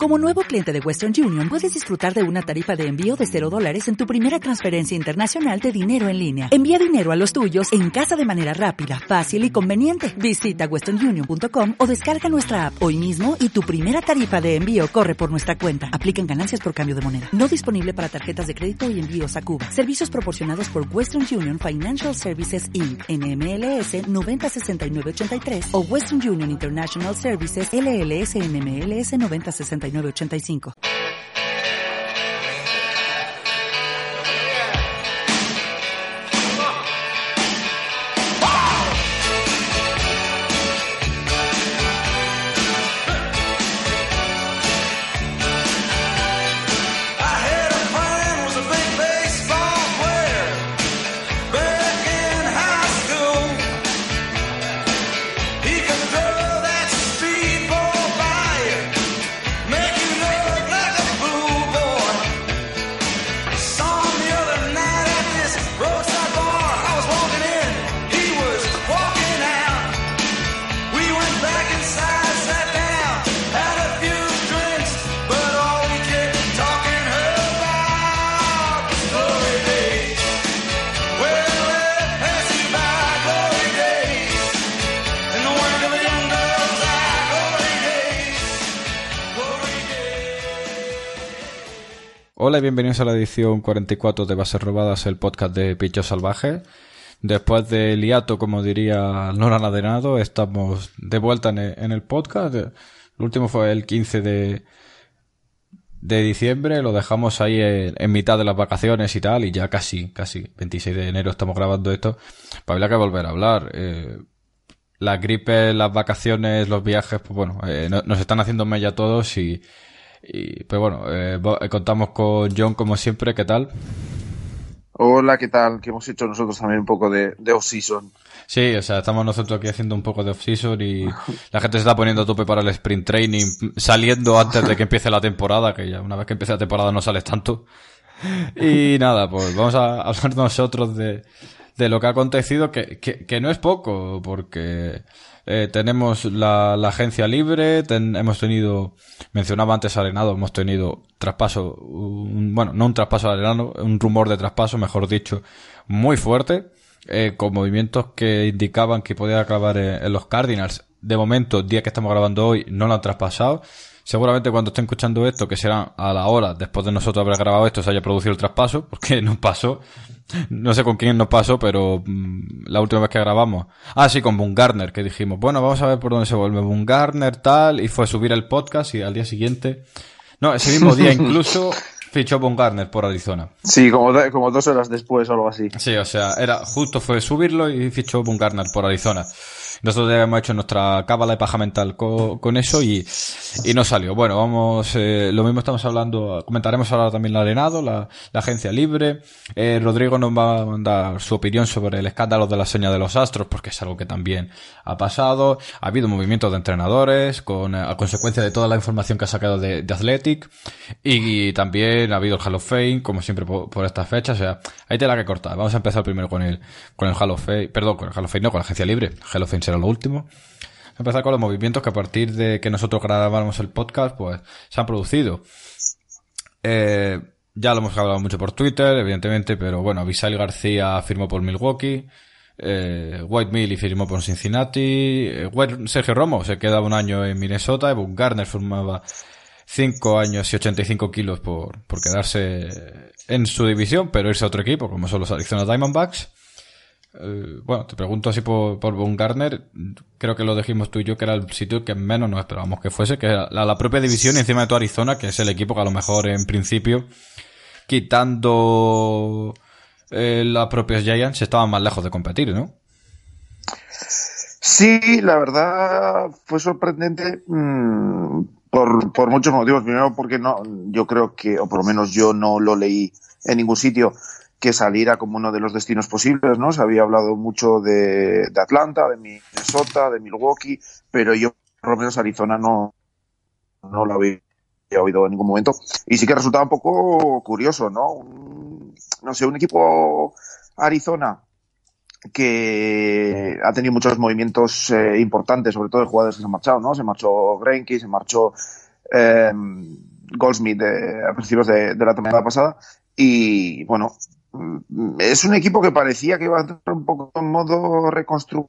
Como nuevo cliente de Western Union, puedes disfrutar de una tarifa de envío de $0 en tu primera transferencia internacional de dinero en línea. Envía dinero a los tuyos en casa de manera rápida, fácil y conveniente. Visita westernunion.com o descarga nuestra app hoy mismo y tu primera tarifa de envío corre por nuestra cuenta. Aplican ganancias por cambio de moneda. No disponible para tarjetas de crédito y envíos a Cuba. Servicios proporcionados por Western Union Financial Services Inc. NMLS 906983 o Western Union International Services LLS NMLS 906985. Hola y bienvenidos a la edición 44 de Bases Robadas, el podcast de Pichos Salvajes. Después del hiato, como diría Nora Nadenado, estamos de vuelta en el podcast. El último fue el 15 de diciembre, lo dejamos ahí en mitad de las vacaciones y tal, y ya casi 26 de enero estamos grabando esto. Pues habría que volver a hablar. La gripe, las vacaciones, los viajes, pues bueno, nos están haciendo mella a todos pero bueno, contamos con John como siempre. ¿Qué tal? Hola, ¿qué tal? Que hemos hecho nosotros también un poco de off-season. Sí, o sea, estamos nosotros aquí haciendo un poco de off-season y la gente se está poniendo a tope para el sprint training, saliendo antes de que empiece la temporada, que ya una vez que empiece la temporada no sales tanto. Y nada, pues vamos a hablar nosotros de lo que ha acontecido, que no es poco, porque tenemos la agencia libre, hemos tenido, mencionaba antes Arenado, hemos tenido traspaso, no un traspaso a Arenado, un rumor de traspaso, mejor dicho, muy fuerte, con movimientos que indicaban que podía acabar en los Cardinals. De momento, día que estamos grabando hoy, no lo han traspasado. Seguramente cuando estén escuchando esto, que será a la hora después de nosotros haber grabado esto, se haya producido el traspaso, porque no pasó. No sé con quién nos pasó, pero la última vez que grabamos. Sí, con Bumgarner, que dijimos, bueno, vamos a ver por dónde se vuelve Bumgarner, tal, y fue subir el podcast y al día siguiente... No, ese mismo día incluso fichó Bumgarner por Arizona. Sí, como 2 horas después o algo así. Sí, o sea, fue subirlo y fichó Bumgarner por Arizona. Nosotros ya hemos hecho nuestra cábala de paja mental con eso y no salió. Bueno, vamos, lo mismo estamos hablando, comentaremos ahora también la Arenado, la agencia libre. Rodrigo nos va a mandar su opinión sobre el escándalo de la seña de los Astros, porque es algo que también ha pasado. Ha habido movimientos de entrenadores a consecuencia de toda la información que ha sacado de Athletic, y también ha habido el Hall of Fame, como siempre por estas fechas. O sea, hay tela que cortar. Vamos a empezar primero con el Hall of Fame, perdón, con el Hall of Fame, no, con la agencia libre. El Hall of Fame será lo último. Vamos a empezar con los movimientos que a partir de que nosotros grabamos el podcast, pues se han producido. Ya lo hemos hablado mucho por Twitter, evidentemente, pero bueno, Abisail García firmó por Milwaukee, White Miley firmó por Cincinnati, Sergio Romo se queda un año en Minnesota, Bumgarner firmaba 5 años y 85 kilos por quedarse en su división, pero irse a otro equipo, como son los Arizona Diamondbacks. Bueno, te pregunto así por Bumgarner, creo que lo dijimos tú y yo, que era el sitio que menos nos esperábamos que fuese, que era la propia división y encima de todo Arizona, que es el equipo que a lo mejor en principio, quitando las propias Giants, estaban más lejos de competir, ¿no? Sí, la verdad fue sorprendente por muchos motivos. Primero porque yo creo que, o por lo menos yo no lo leí en ningún sitio, que saliera como uno de los destinos posibles, ¿no? Se había hablado mucho de Atlanta, de Minnesota, de Milwaukee, pero yo, por lo menos, Arizona no lo había oído en ningún momento. Y sí que resultaba un poco curioso, ¿no? No sé, un equipo Arizona que ha tenido muchos movimientos importantes, sobre todo de jugadores que se han marchado, ¿no? Se marchó Greinke, se marchó Goldsmith a principios de la temporada pasada. Y bueno, es un equipo que parecía que iba a entrar un poco en modo reconstrucción,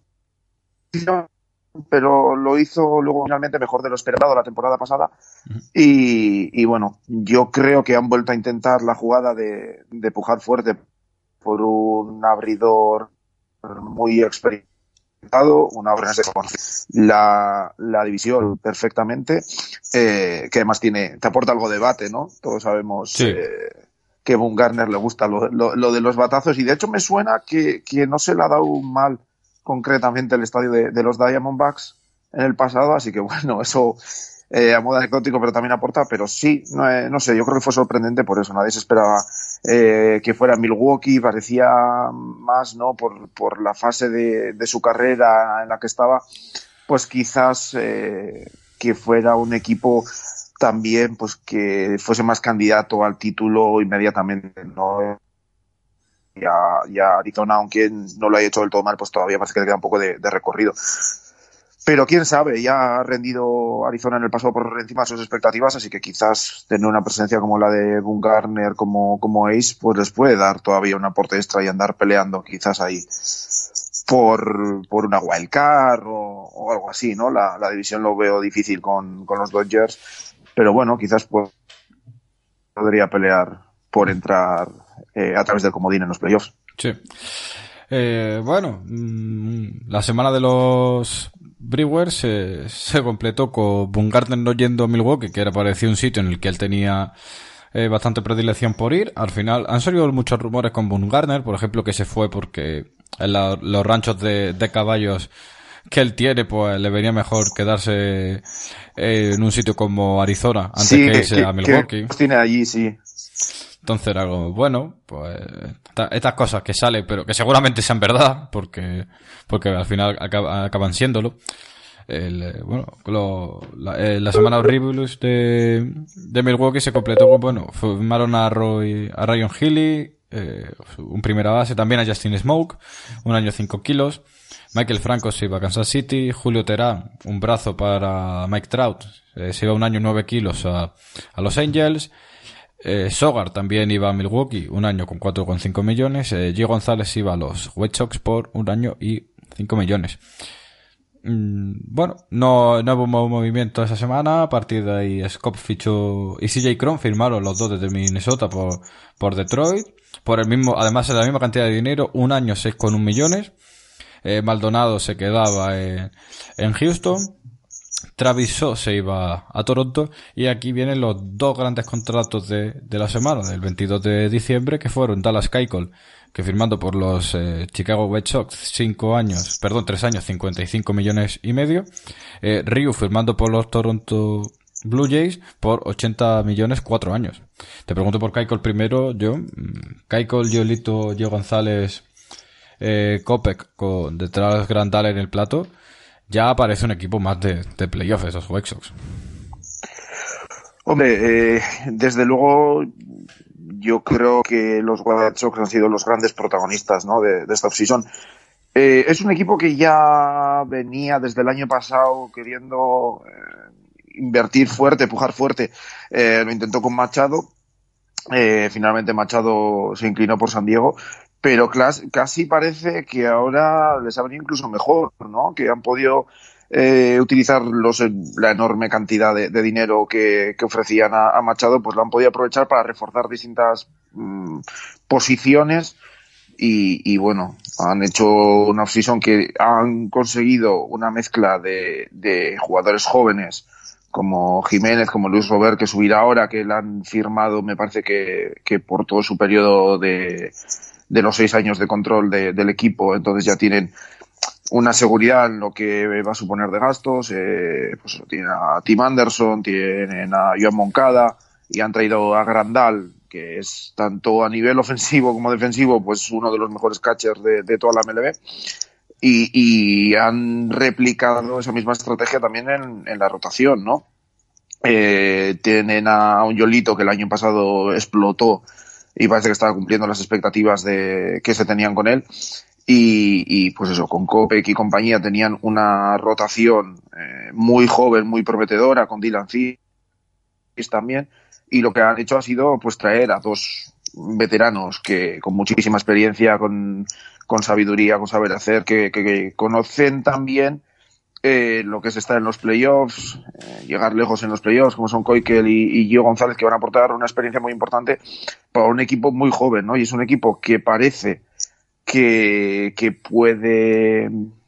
pero lo hizo luego finalmente mejor de lo esperado la temporada pasada. Y bueno, yo creo que han vuelto a intentar la jugada de pujar fuerte por un abridor muy experimentado, una obra que conoce la división perfectamente, que además te aporta algo de bate, ¿no? Todos sabemos que Boone Garner le gusta lo de los batazos, y de hecho me suena que no se le ha dado mal concretamente el estadio de los Diamondbacks en el pasado, así que bueno, eso a modo anecdótico, pero también aporta, pero sí, no sé, yo creo que fue sorprendente por eso, nadie se esperaba que fuera Milwaukee, parecía más, ¿no? Por la fase de su carrera en la que estaba, pues quizás que fuera un equipo también, pues que fuese más candidato al título inmediatamente, ¿no? Ya Arizona, aunque no lo haya hecho del todo mal, pues todavía parece que le queda un poco de recorrido. Pero quién sabe, ya ha rendido Arizona en el pasado por encima de sus expectativas, así que quizás tener una presencia como la de Boone Garner como ace, pues les puede dar todavía un aporte extra y andar peleando quizás ahí por una wild card o algo así, ¿no? La división lo veo difícil con los Dodgers, pero bueno, quizás podría pelear por entrar a través del comodín en los playoffs. Sí. Bueno, la semana de los Brewers se completó con Boone Garner no yendo a Milwaukee, que era parecía un sitio en el que él tenía bastante predilección por ir. Al final han salido muchos rumores con Boone Garner, por ejemplo, que se fue porque en los ranchos de caballos que él tiene, pues le venía mejor quedarse en un sitio como Arizona antes que irse a Milwaukee. Que tiene allí, sí. Entonces era algo bueno, pues estas cosas que salen, pero que seguramente sean verdad, porque al final acaban siéndolo. La semana horrible de Milwaukee se completó con, bueno, firmaron a Ryan Healy, un primera base, también a Justin Smoke, un año 5 kilos. Michael Franco se iba a Kansas City, Julio Terán, un brazo para Mike Trout, se iba un año 9 kilos a Los Angels. Sogar también iba a Milwaukee, un año con 4,5 millones. Gio González iba a los White Sox por un año y 5 millones. Bueno, no hubo movimiento esa semana. A partir de ahí, Scott fichó y CJ Cron firmaron los dos desde Minnesota por Detroit. Además de la misma cantidad de dinero, un año 6,1 millones. Maldonado se quedaba en Houston. Travis Shaw se iba a Toronto, y aquí vienen los dos grandes contratos de la semana, del 22 de diciembre, que fueron Dallas Keuchel, que firmando por los Chicago White Sox 3 años, 55 millones y medio. Ryu firmando por los Toronto Blue Jays por 80 millones, 4 años. Te pregunto por Keuchel primero, Keuchel, Giolito, Gio González, Kopech con detrás Grandal en el plato. Ya aparece un equipo más de playoff, esos White Sox. Hombre, desde luego yo creo que los White Sox han sido los grandes protagonistas, ¿no? de esta offseason. Es un equipo que ya venía desde el año pasado queriendo invertir fuerte, pujar fuerte. Lo intentó con Machado. Finalmente Machado se inclinó por San Diego. Pero casi parece que ahora les ha venido incluso mejor, ¿no? Que han podido utilizar la enorme cantidad de dinero que ofrecían a Machado, pues lo han podido aprovechar para reforzar distintas posiciones y bueno, han hecho una offseason que han conseguido una mezcla de jugadores jóvenes como Jiménez, como Luis Robert, que subirá ahora, que le han firmado, me parece que por todo su periodo de los 6 años de control del equipo, entonces ya tienen una seguridad en lo que va a suponer de gastos. Pues tienen a Tim Anderson, tienen a Joan Moncada y han traído a Grandal, que es tanto a nivel ofensivo como defensivo, pues uno de los mejores catchers de toda la MLB. Y han replicado esa misma estrategia también en la rotación, ¿no? Tienen a un Yolito que el año pasado explotó y parece que estaba cumpliendo las expectativas que se tenían con él. Y pues eso, con Kopech y compañía tenían una rotación muy joven, muy prometedora, con Dylan Cease, también, y lo que han hecho ha sido pues traer a dos veteranos que con muchísima experiencia, con sabiduría, con saber hacer, que conocen también lo que es estar en los playoffs, llegar lejos en los playoffs, como son Koikel y Gio González, que van a aportar una experiencia muy importante para un equipo muy joven, ¿no? Y es un equipo que parece que puede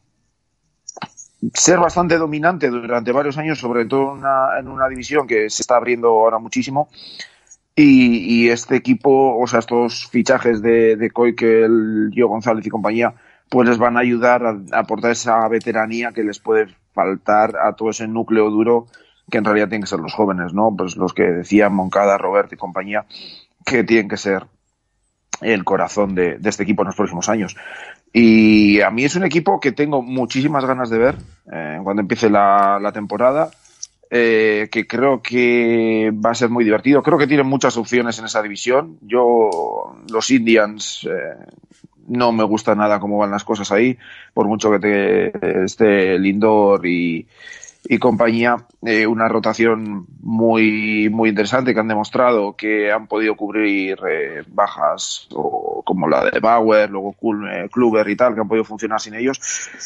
ser bastante dominante durante varios años, sobre todo en una división que se está abriendo ahora muchísimo. Y este equipo, o sea, estos fichajes de Koikel, Gio González y compañía, pues les van a ayudar a aportar esa veteranía que les puede faltar a todo ese núcleo duro que en realidad tienen que ser los jóvenes, ¿no? Pues los que decían Moncada, Robert y compañía, que tienen que ser el corazón de este equipo en los próximos años. Y a mí es un equipo que tengo muchísimas ganas de ver cuando empiece la temporada, que creo que va a ser muy divertido. Creo que tienen muchas opciones en esa división. Los Indians, no me gusta nada cómo van las cosas ahí, por mucho que esté Lindor y compañía, una rotación muy muy interesante, que han demostrado que han podido cubrir bajas como la de Bauer, luego Kluber y tal, que han podido funcionar sin ellos.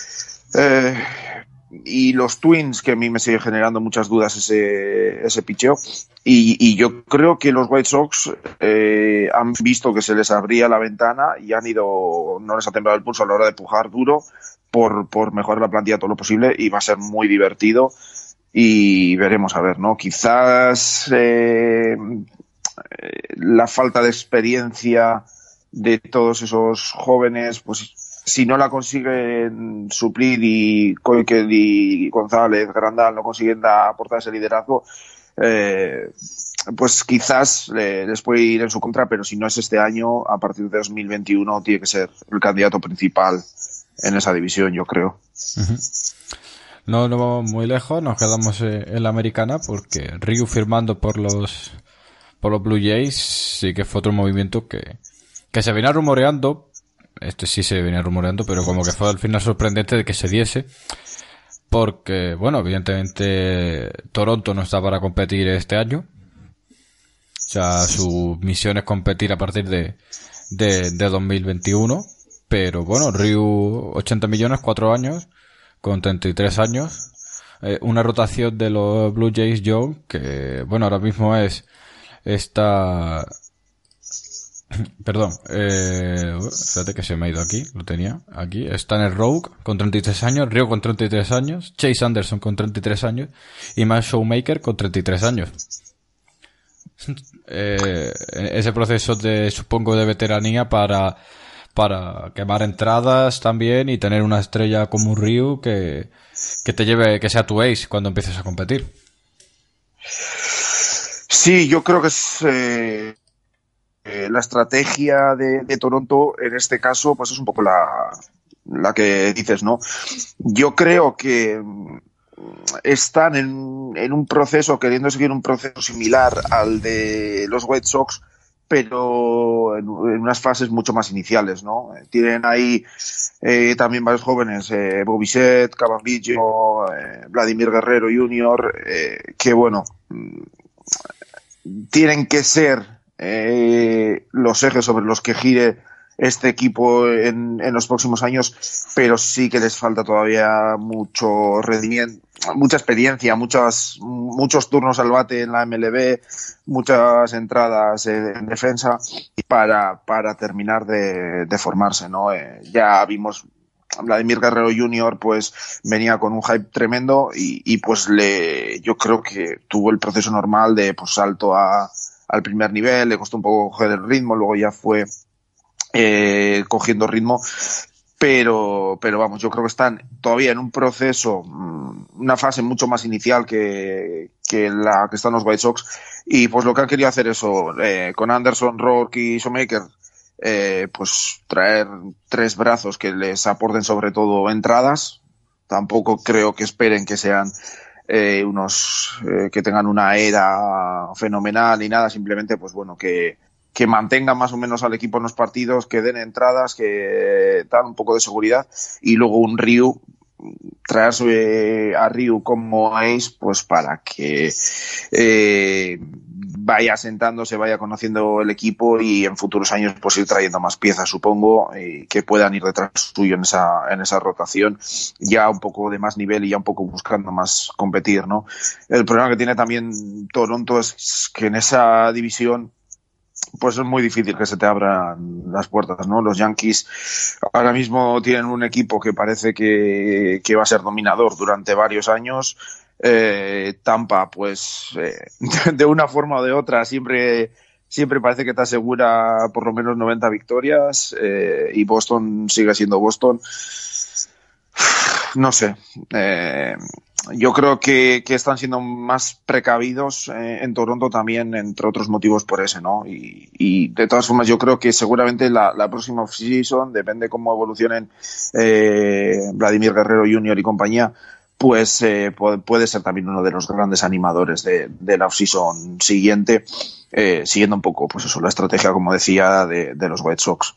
Y los Twins, que a mí me sigue generando muchas dudas ese picheo, y yo creo que los White Sox han visto que se les abría la ventana y no les ha temblado el pulso a la hora de pujar duro por mejorar la plantilla todo lo posible, y va a ser muy divertido y veremos a ver, ¿no? Quizás la falta de experiencia de todos esos jóvenes, pues si no la consiguen suplir y Koikel y González, Grandal no consiguen aportar ese liderazgo, pues quizás les puede ir en su contra, pero si no es este año, a partir de 2021 tiene que ser el candidato principal en esa división, yo creo. Uh-huh. No vamos muy lejos, nos quedamos en la americana, porque Ryu firmando por los Blue Jays sí que fue otro movimiento que se venía rumoreando. Sí se venía rumoreando, pero como que fue al final sorprendente de que se diese, porque, bueno, evidentemente Toronto no está para competir este año. O sea, su misión es competir a partir de 2021, pero bueno, Ryu 80 millones, 4 años, con 33 años, una rotación de los Blue Jays Young, que, bueno, ahora mismo está... Perdón, espérate que se me ha ido aquí, lo tenía aquí. Stanley Rogue con 33 años, Ryu con 33 años, Chase Anderson con 33 años y Matt Shoemaker con 33 años. Ese proceso supongo de veteranía para quemar entradas también y tener una estrella como Ryu que te lleve, que sea tu ace cuando empieces a competir. Sí, yo creo que es... la estrategia de Toronto en este caso pues es un poco la que dices, ¿no? Yo creo que están en un proceso, queriendo seguir un proceso similar al de los White Sox, pero en unas fases mucho más iniciales, ¿no? Tienen ahí también varios jóvenes, Bobichet, Cabanillo, Vladimir Guerrero Jr., que bueno, tienen que ser los ejes sobre los que gire este equipo en los próximos años, pero sí que les falta todavía mucho rendimiento, mucha experiencia, muchos turnos al bate en la MLB, muchas entradas en defensa para terminar de formarse, ¿no? Ya vimos Vladimir Guerrero Jr. pues venía con un hype tremendo y pues yo creo que tuvo el proceso normal de pues salto al primer nivel, le costó un poco coger el ritmo, luego ya fue cogiendo ritmo, pero vamos, yo creo que están todavía en un proceso, una fase mucho más inicial que la que están los White Sox, y pues lo que han querido hacer eso, con Anderson, Rourke y Shoemaker, pues traer 3 brazos que les aporten sobre todo entradas. Tampoco creo que esperen que sean unos que tengan una era fenomenal ni nada, simplemente pues bueno, que mantengan más o menos al equipo en los partidos, que den entradas, que dan un poco de seguridad, y luego un Ryu traerse a Ryu como ace, pues para que vaya asentándose, vaya conociendo el equipo y en futuros años pues ir trayendo más piezas, supongo, que puedan ir detrás suyo en esa rotación, ya un poco de más nivel y ya un poco buscando más competir, ¿no? El problema que tiene también Toronto es que en esa división pues es muy difícil que se te abran las puertas, ¿no? Los Yankees ahora mismo tienen un equipo que parece que va a ser dominador durante varios años. Tampa, pues, de una forma o de otra, siempre parece que te asegura por lo menos 90 victorias, y Boston sigue siendo Boston. No sé. Yo creo que están siendo más precavidos en Toronto también, entre otros motivos por ese, ¿no? Y de todas formas, yo creo que seguramente la próxima off-season, depende cómo evolucionen Vladimir Guerrero Jr. y compañía, pues puede ser también uno de los grandes animadores de la off-season siguiente, siguiendo un poco, pues eso, la estrategia, como decía, de los White Sox.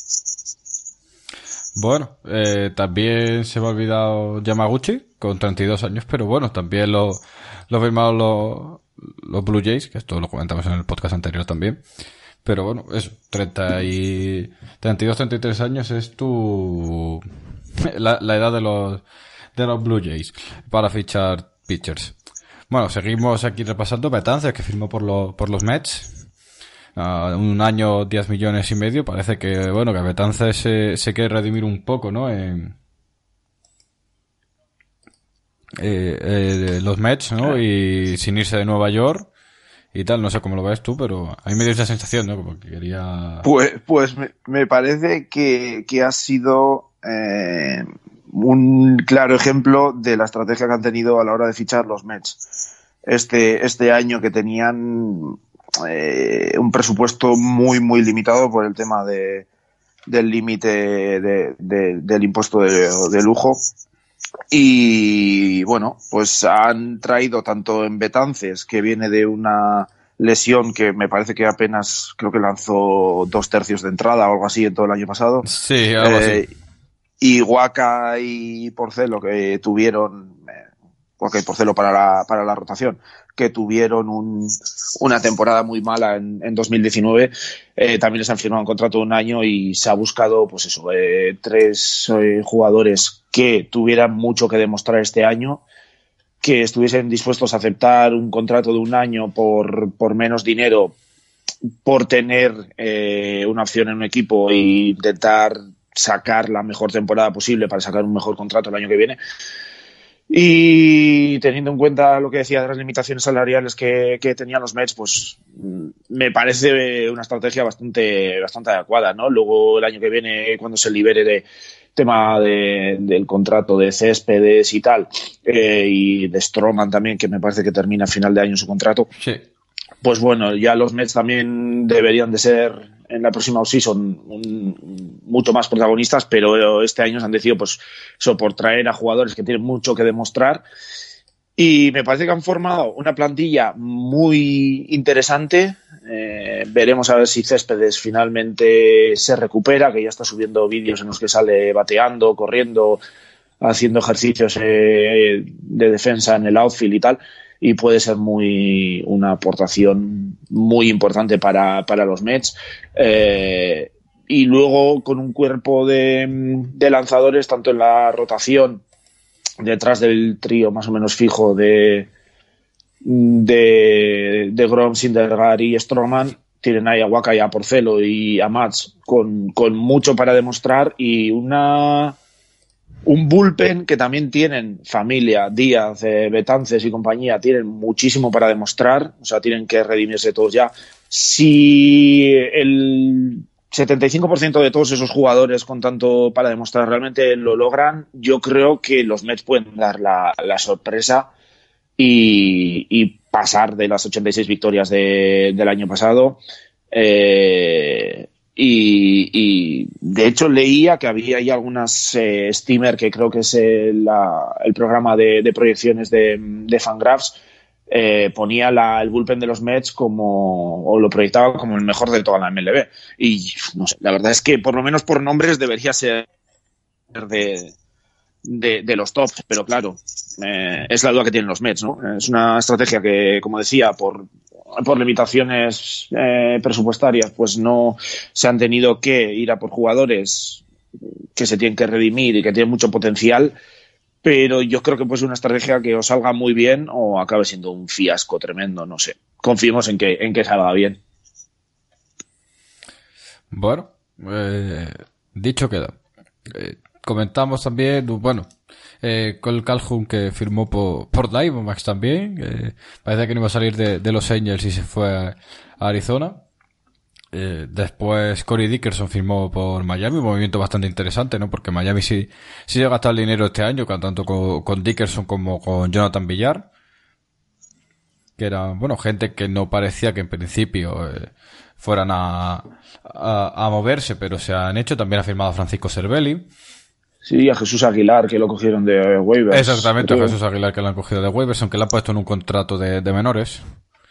Bueno, también se me ha olvidado Yamaguchi, con 32 años, pero bueno, también lo firmaron los Blue Jays, que esto lo comentamos en el podcast anterior también. Pero bueno, eso, 32, 33 años es la edad de los Blue Jays para fichar pitchers. Bueno, seguimos aquí repasando Betances, que firmó por los Mets. Un año, 10 millones y medio. Parece que, bueno, que Betances se quiere redimir un poco, ¿no? Los Mets, ¿no? Y sin irse de Nueva York y tal. No sé cómo lo ves tú, pero a mí me dio esa sensación, ¿no? Porque quería... Pues me parece que ha sido un claro ejemplo de la estrategia que han tenido a la hora de fichar los Mets. Este año, que tenían un presupuesto muy, muy limitado por el tema del límite del impuesto de lujo. Y bueno, pues han traído tanto en Betances, que viene de una lesión que me parece que apenas, creo que lanzó 2/3 de entrada o algo así en todo el año pasado. Sí, algo así. Y Waka y Porcelo, que tuvieron Waka y Porcelo para la rotación, que tuvieron una temporada muy mala en 2019, también les han firmado un contrato de un año, y se ha buscado, pues eso, 3 jugadores que tuvieran mucho que demostrar este año, que estuviesen dispuestos a aceptar un contrato de un año por menos dinero, por tener una opción en un equipo e intentar sacar la mejor temporada posible para sacar un mejor contrato el año que viene. Y teniendo en cuenta lo que decía de las limitaciones salariales que tenían los Mets, pues me parece una estrategia bastante adecuada, ¿no? Luego el año que viene, cuando se libere de tema del contrato de Céspedes y tal, y de Stroman también, que me parece que termina a final de año su contrato, Sí. Pues bueno, ya los Mets también deberían de ser en la próxima offseason mucho más protagonistas, pero este año se han decidido, pues eso, por traer a jugadores que tienen mucho que demostrar, y me parece que han formado una plantilla muy interesante. Veremos a ver si Céspedes finalmente se recupera, que ya está subiendo vídeos en los que sale bateando, corriendo, haciendo ejercicios de defensa en el outfield y tal, y puede ser una aportación muy importante para los Mets. Y luego, con un cuerpo de lanzadores, tanto en la rotación, detrás del trío más o menos fijo de Grom, Syndergaard y Stroman, tienen ahí a Waka y a Porcelo y a Mats con mucho para demostrar, y un bullpen que también tienen familia, Díaz, Betances y compañía, tienen muchísimo para demostrar. O sea, tienen que redimirse todos ya. Si el 75% de todos esos jugadores con tanto para demostrar realmente lo logran, yo creo que los Mets pueden dar la sorpresa y pasar de las 86 victorias del año pasado. Y de hecho leía que había ahí algunas Steamer, que creo que es el programa de proyecciones de Fangraphs, ponía el bullpen de los Mets o lo proyectaba como el mejor de toda la MLB. Y no sé, la verdad es que por lo menos por nombres debería ser de los tops, pero claro, es la duda que tienen los Mets, ¿no? Es una estrategia que, como decía, por limitaciones presupuestarias, pues no se han tenido que ir a por jugadores que se tienen que redimir y que tienen mucho potencial, pero yo creo que puede ser una estrategia que o salga muy bien o acabe siendo un fiasco tremendo, no sé. Confiemos en que salga bien. Bueno, dicho queda. Comentamos también, bueno, Cole Calhoun, que firmó por Diamondbacks también. Parece que no iba a salir de los Angels y se fue a Arizona. Después Corey Dickerson firmó por Miami, un movimiento bastante interesante, ¿no? Porque Miami sí ha gastado el dinero este año, tanto con Dickerson como con Jonathan Villar, que eran, bueno, gente que no parecía que en principio fueran a moverse, pero se han hecho. También ha firmado a Francisco Cervelli. Sí, a Jesús Aguilar, que lo cogieron de waivers. Exactamente, a Jesús Aguilar, que lo han cogido de waivers, aunque le han puesto en un contrato de menores.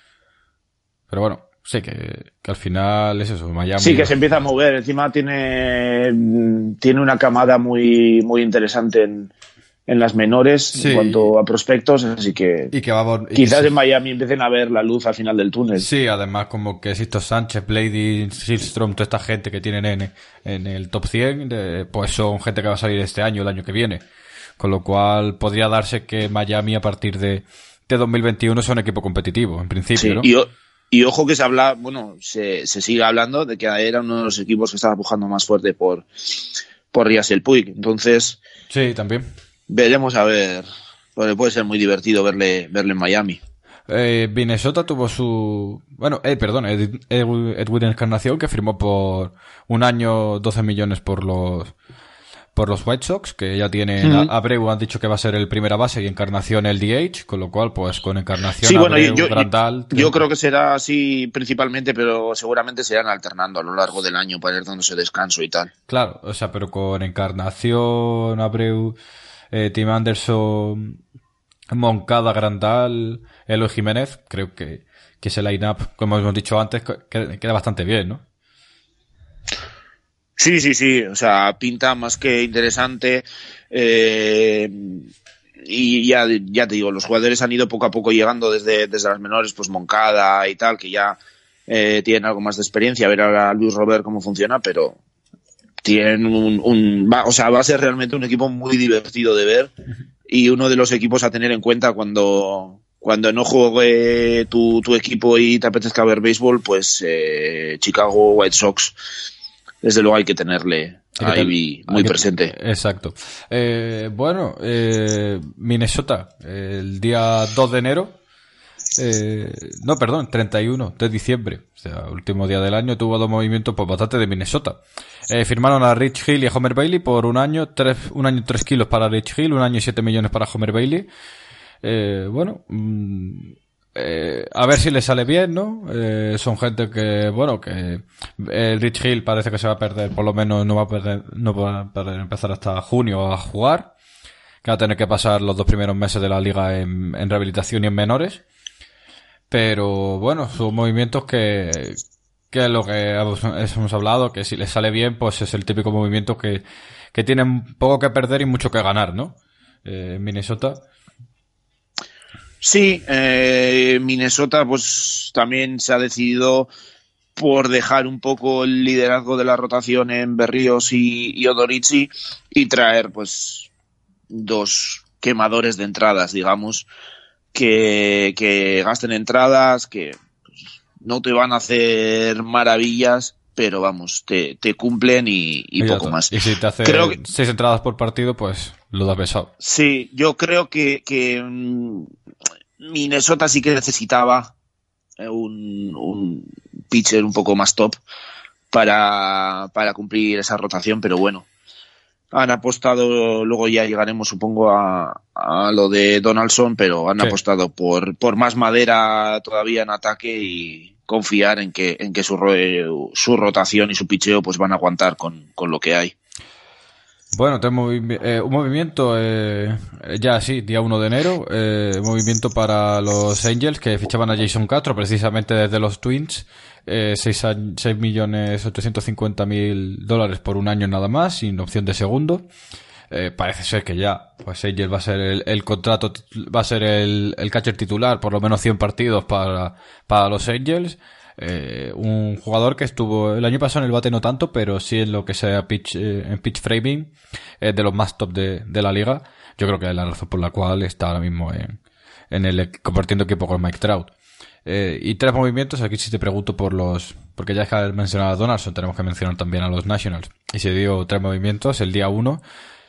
Pero bueno, sí, que al final es eso, Miami. Sí, que se empieza a mover. Encima tiene una camada muy, muy interesante en las menores, sí, en cuanto a prospectos, así que, quizás en Miami empiecen a ver la luz al final del túnel. Sí, además como que Sisto Sánchez, Blady, Silstrom, toda esta gente que tienen en el top 100, pues son gente que va a salir este año, el año que viene. Con lo cual podría darse que Miami a partir de 2021 sea un equipo competitivo, en principio, sí, ¿no? Y ojo que se sigue hablando de que era uno de los equipos que estaba empujando más fuerte por Riasel Puig. Entonces, sí, también. Veremos a ver, porque puede ser muy divertido verle en Miami. Minnesota tuvo su... Bueno, Edwin Encarnación, que firmó por un año 12 millones por los White Sox, que ya tienen Abreu, han dicho que va a ser el primera base y Encarnación el DH, con lo cual pues con Encarnación, sí, Abreu, bueno, Grandal... Yo creo que será así principalmente, pero seguramente se irán alternando a lo largo del año para ir dándose descanso y tal. Claro, o sea, pero con Encarnación, Abreu... Tim Anderson, Moncada, Grandal, Eloy Jiménez, creo que ese line-up, como hemos dicho antes, queda bastante bien, ¿no? Sí, o sea, pinta más que interesante, y ya te digo, los jugadores han ido poco a poco llegando desde las menores, pues Moncada y tal, que ya tienen algo más de experiencia, a ver ahora Luis Robert cómo funciona, pero tienen va a ser realmente un equipo muy divertido de ver y uno de los equipos a tener en cuenta cuando no juegue tu equipo y te apetezca ver béisbol, pues Chicago White Sox, desde luego hay que tenerle ahí muy presente. Exacto. Minnesota, el día 2 de enero, 31 de diciembre, o sea, último día del año, tuvo dos movimientos pues bastante de Minnesota. Firmaron a Rich Hill y a Homer Bailey por un año 3 kilos para Rich Hill, un año y 7 millones para Homer Bailey. A ver si le sale bien, ¿no? Son gente que Rich Hill parece que se va a perder, por lo menos no va a poder empezar hasta junio a jugar, que va a tener que pasar los 2 primeros meses de la liga en rehabilitación y en menores. Pero bueno, son movimientos que es lo que hemos hablado, que si les sale bien, pues es el típico movimiento que tienen poco que perder y mucho que ganar, ¿no? Minnesota. Sí, Minnesota pues también se ha decidido por dejar un poco el liderazgo de la rotación en Berríos y Odorizzi y traer pues 2 quemadores de entradas, digamos, que gasten entradas, que no te van a hacer maravillas, pero vamos, te cumplen y poco más. Y si te hace 6 entradas por partido, pues lo da pesado. Sí, yo creo que Minnesota sí que necesitaba un pitcher un poco más top para cumplir esa rotación, pero bueno, han apostado, luego ya llegaremos supongo a lo de Donaldson, pero han apostado por más madera todavía en ataque y confiar en que su rotación y su picheo pues van a aguantar con lo que hay. Bueno, tenemos un movimiento ya sí, día 1 de enero, movimiento para los Angels que fichaban a Jason Castro precisamente desde los Twins, $6.850.000 por un año nada más, sin opción de segundo. parece ser que ya, pues Angel va a ser el contrato, va a ser el catcher titular, por lo menos 100 partidos para los Angels. Un jugador que estuvo el año pasado en el bate no tanto, pero sí en lo que sea en pitch framing, de los más top de la liga. Yo creo que es la razón por la cual está ahora mismo compartiendo equipo con Mike Trout. Y 3 movimientos, aquí sí te pregunto porque ya es que haber mencionado a Donaldson, tenemos que mencionar también a los Nationals. Y se dio 3 movimientos, el día 1,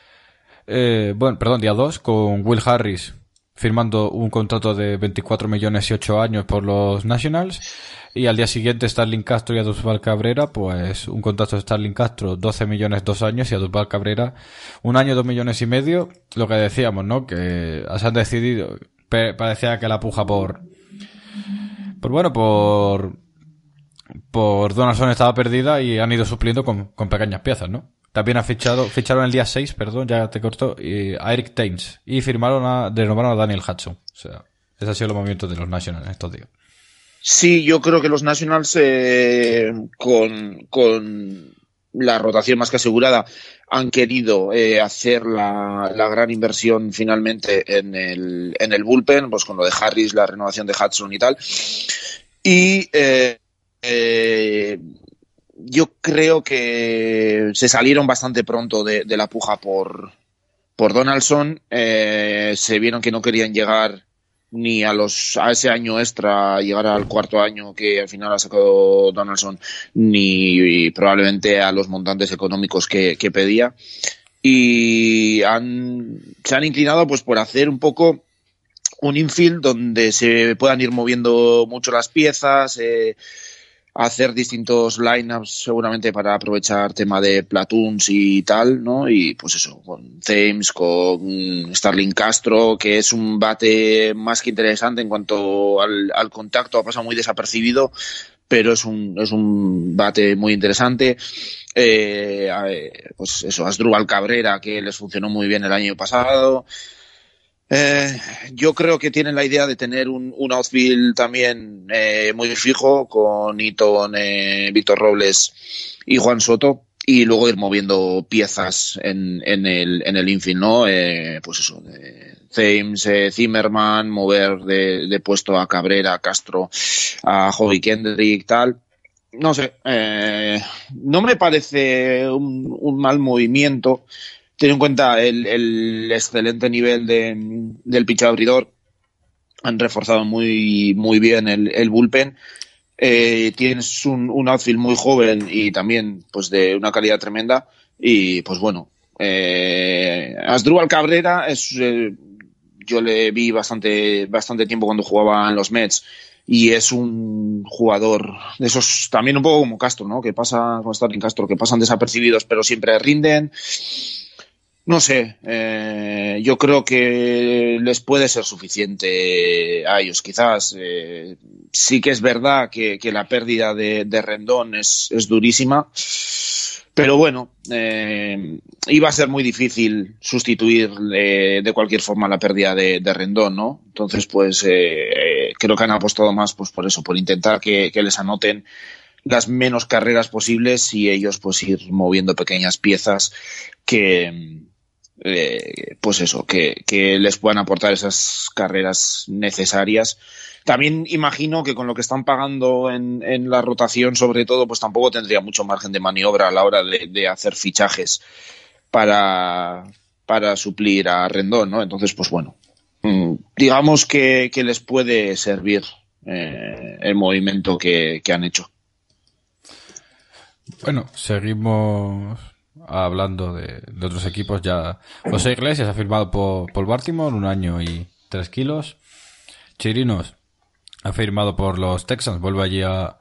día 2, con Will Harris firmando un contrato de 24 millones y 8 años por los Nationals. Y al día siguiente Starlin Castro y Adusbal Cabrera, pues un contrato de Starlin Castro 12 millones 2 años y Adusbal Cabrera 1 año 2 millones y medio. Lo que decíamos, ¿no? Que se han decidido, parecía que la puja por Donaldson estaba perdida y han ido supliendo con pequeñas piezas, ¿no? También ficharon el día 6, ya te corto, a Eric Thames y renovaron a Daniel Hudson. O sea, ese ha sido el movimiento de los Nationals en estos días. Sí, yo creo que los Nationals con la rotación más que asegurada han querido hacer la gran inversión finalmente en el bullpen, pues con lo de Harris, la renovación de Hudson y tal. Y yo creo que se salieron bastante pronto de la puja por Donaldson. Se vieron que no querían llegar ni a ese año extra, llegar al 4º año que al final ha sacado Donaldson, ni probablemente a los montantes económicos que pedía. Y se han inclinado pues por hacer un poco un infield donde se puedan ir moviendo mucho las piezas, hacer distintos lineups seguramente para aprovechar tema de platoons y tal, ¿no? Y pues eso, con Thames, con Starlin Castro, que es un bate más que interesante en cuanto al contacto, ha pasado muy desapercibido, pero es un bate muy interesante. Pues eso, Asdrúbal Cabrera, que les funcionó muy bien el año pasado. Yo creo que tienen la idea de tener un outfield también muy fijo con Eaton, Víctor Robles y Juan Soto, y luego ir moviendo piezas en el infield, ¿no? Pues eso, Thames, Zimmerman, mover de puesto a Cabrera, a Castro, a Joey Kendrick, tal. No sé, no me parece un mal movimiento. Ten en cuenta el excelente nivel del pitcher abridor. Han reforzado muy, muy bien el bullpen. Tienes un outfield muy joven y también pues de una calidad tremenda. Y pues bueno, Asdrúbal Cabrera yo le vi bastante tiempo cuando jugaba en los Mets. Y es un jugador de esos, también un poco como Castro, ¿no? Que pasa con Starlin Castro, que pasan desapercibidos pero siempre rinden. No sé, yo creo que les puede ser suficiente a ellos. Quizás sí que es verdad que la pérdida de Rendón es durísima, pero bueno, iba a ser muy difícil sustituir de cualquier forma la pérdida de Rendón, ¿no? Entonces, pues creo que han apostado más pues por eso, por intentar que les anoten las menos carreras posibles y ellos pues ir moviendo pequeñas piezas que pues eso, que les puedan aportar esas carreras necesarias. También imagino que con lo que están pagando en la rotación, sobre todo, pues tampoco tendría mucho margen de maniobra a la hora de hacer fichajes para suplir a Rendón, ¿no? Entonces, pues bueno, digamos que les puede servir el movimiento que han hecho. Bueno, seguimos hablando de otros equipos. Ya José Iglesias ha firmado por Baltimore 1 año y 3 kilos. Chirinos ha firmado por los Texans, vuelve allí a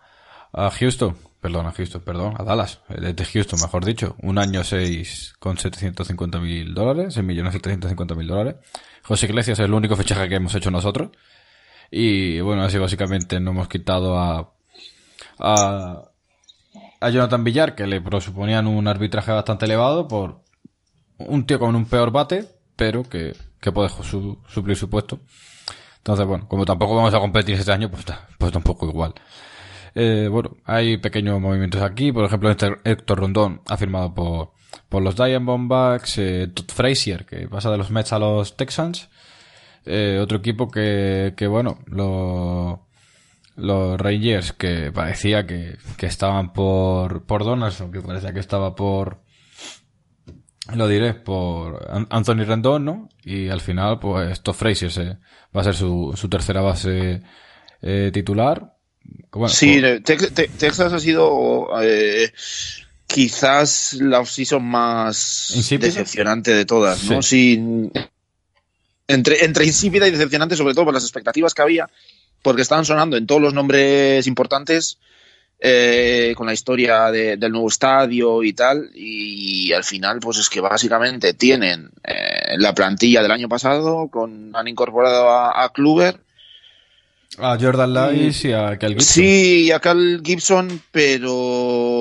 Dallas, de Houston mejor dicho, 1 año 6.750.000 dólares, 6.750.000 dólares. José Iglesias es el único fichaje que hemos hecho nosotros. Y bueno, así básicamente nos hemos quitado a Jonathan Villar, que le presuponían un arbitraje bastante elevado por un tío con un peor bate, pero que puede suplir su puesto. Entonces, bueno, como tampoco vamos a competir este año, pues tampoco igual. Bueno, hay pequeños movimientos aquí. Por ejemplo, Héctor Rondón ha firmado por los Diamondbacks, Todd Frazier, que pasa de los Mets a los Texans. Otro equipo que bueno, los Rangers, que parecía que estaban por Donaldson, que parecía que estaba por Anthony Rendon, ¿no? Y al final, pues, Todd Frazier va a ser su tercera base titular. Bueno, sí, Texas ha sido quizás la offseason más decepcionante de todas, ¿no? Sí. Entre insípida y decepcionante, sobre todo por las expectativas que había, porque estaban sonando en todos los nombres importantes, con la historia del nuevo estadio y tal, y al final pues es que básicamente tienen la plantilla del año pasado, han incorporado a Kluber, a Jordan Lewis y a Cal Gibson. Sí, y a Cal Gibson, pero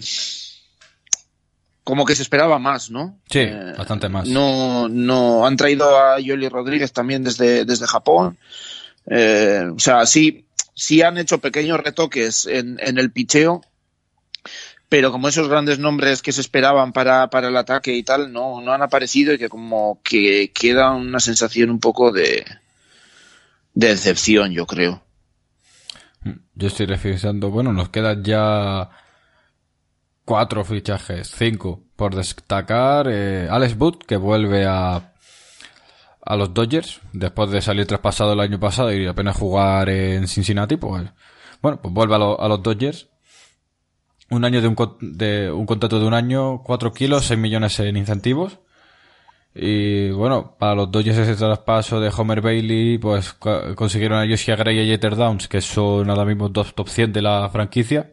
como que se esperaba más, ¿no? Sí, bastante más. No, han traído a Yoli Rodríguez también desde Japón. O sea, sí han hecho pequeños retoques en el picheo, pero como esos grandes nombres que se esperaban para el ataque y tal, no han aparecido, y que como que queda una sensación un poco de decepción, yo creo. Yo estoy revisando, bueno, nos quedan ya 4 fichajes, 5 por destacar. Alex Wood, que vuelve a los Dodgers después de salir traspasado el año pasado y apenas jugar en Cincinnati, pues bueno, pues vuelve a los Dodgers. Un año de un contrato de un año, 4 kilos, 6 millones en incentivos. Y bueno, para los Dodgers ese traspaso de Homer Bailey, pues consiguieron a Josiah Gray y a Jeter Downs, que son ahora mismo dos top 100 de la franquicia.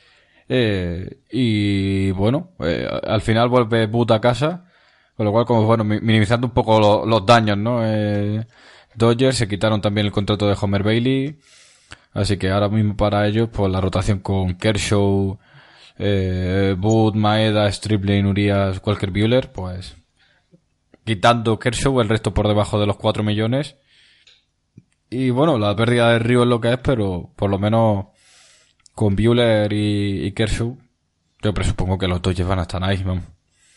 Y bueno, al final vuelve Wood a casa, con lo cual, como bueno, minimizando un poco los daños, ¿no? Dodgers se quitaron también el contrato de Homer Bailey, así que ahora mismo para ellos, pues la rotación con Kershaw, Wood, Maeda, Stripling, Urias, Walker Buehler, pues quitando Kershaw, el resto por debajo de los 4 millones. Y bueno, la pérdida de Río es lo que es, pero por lo menos con Buehler y Kershaw, yo presupongo que los Dodgers van a estar ahí, vamos.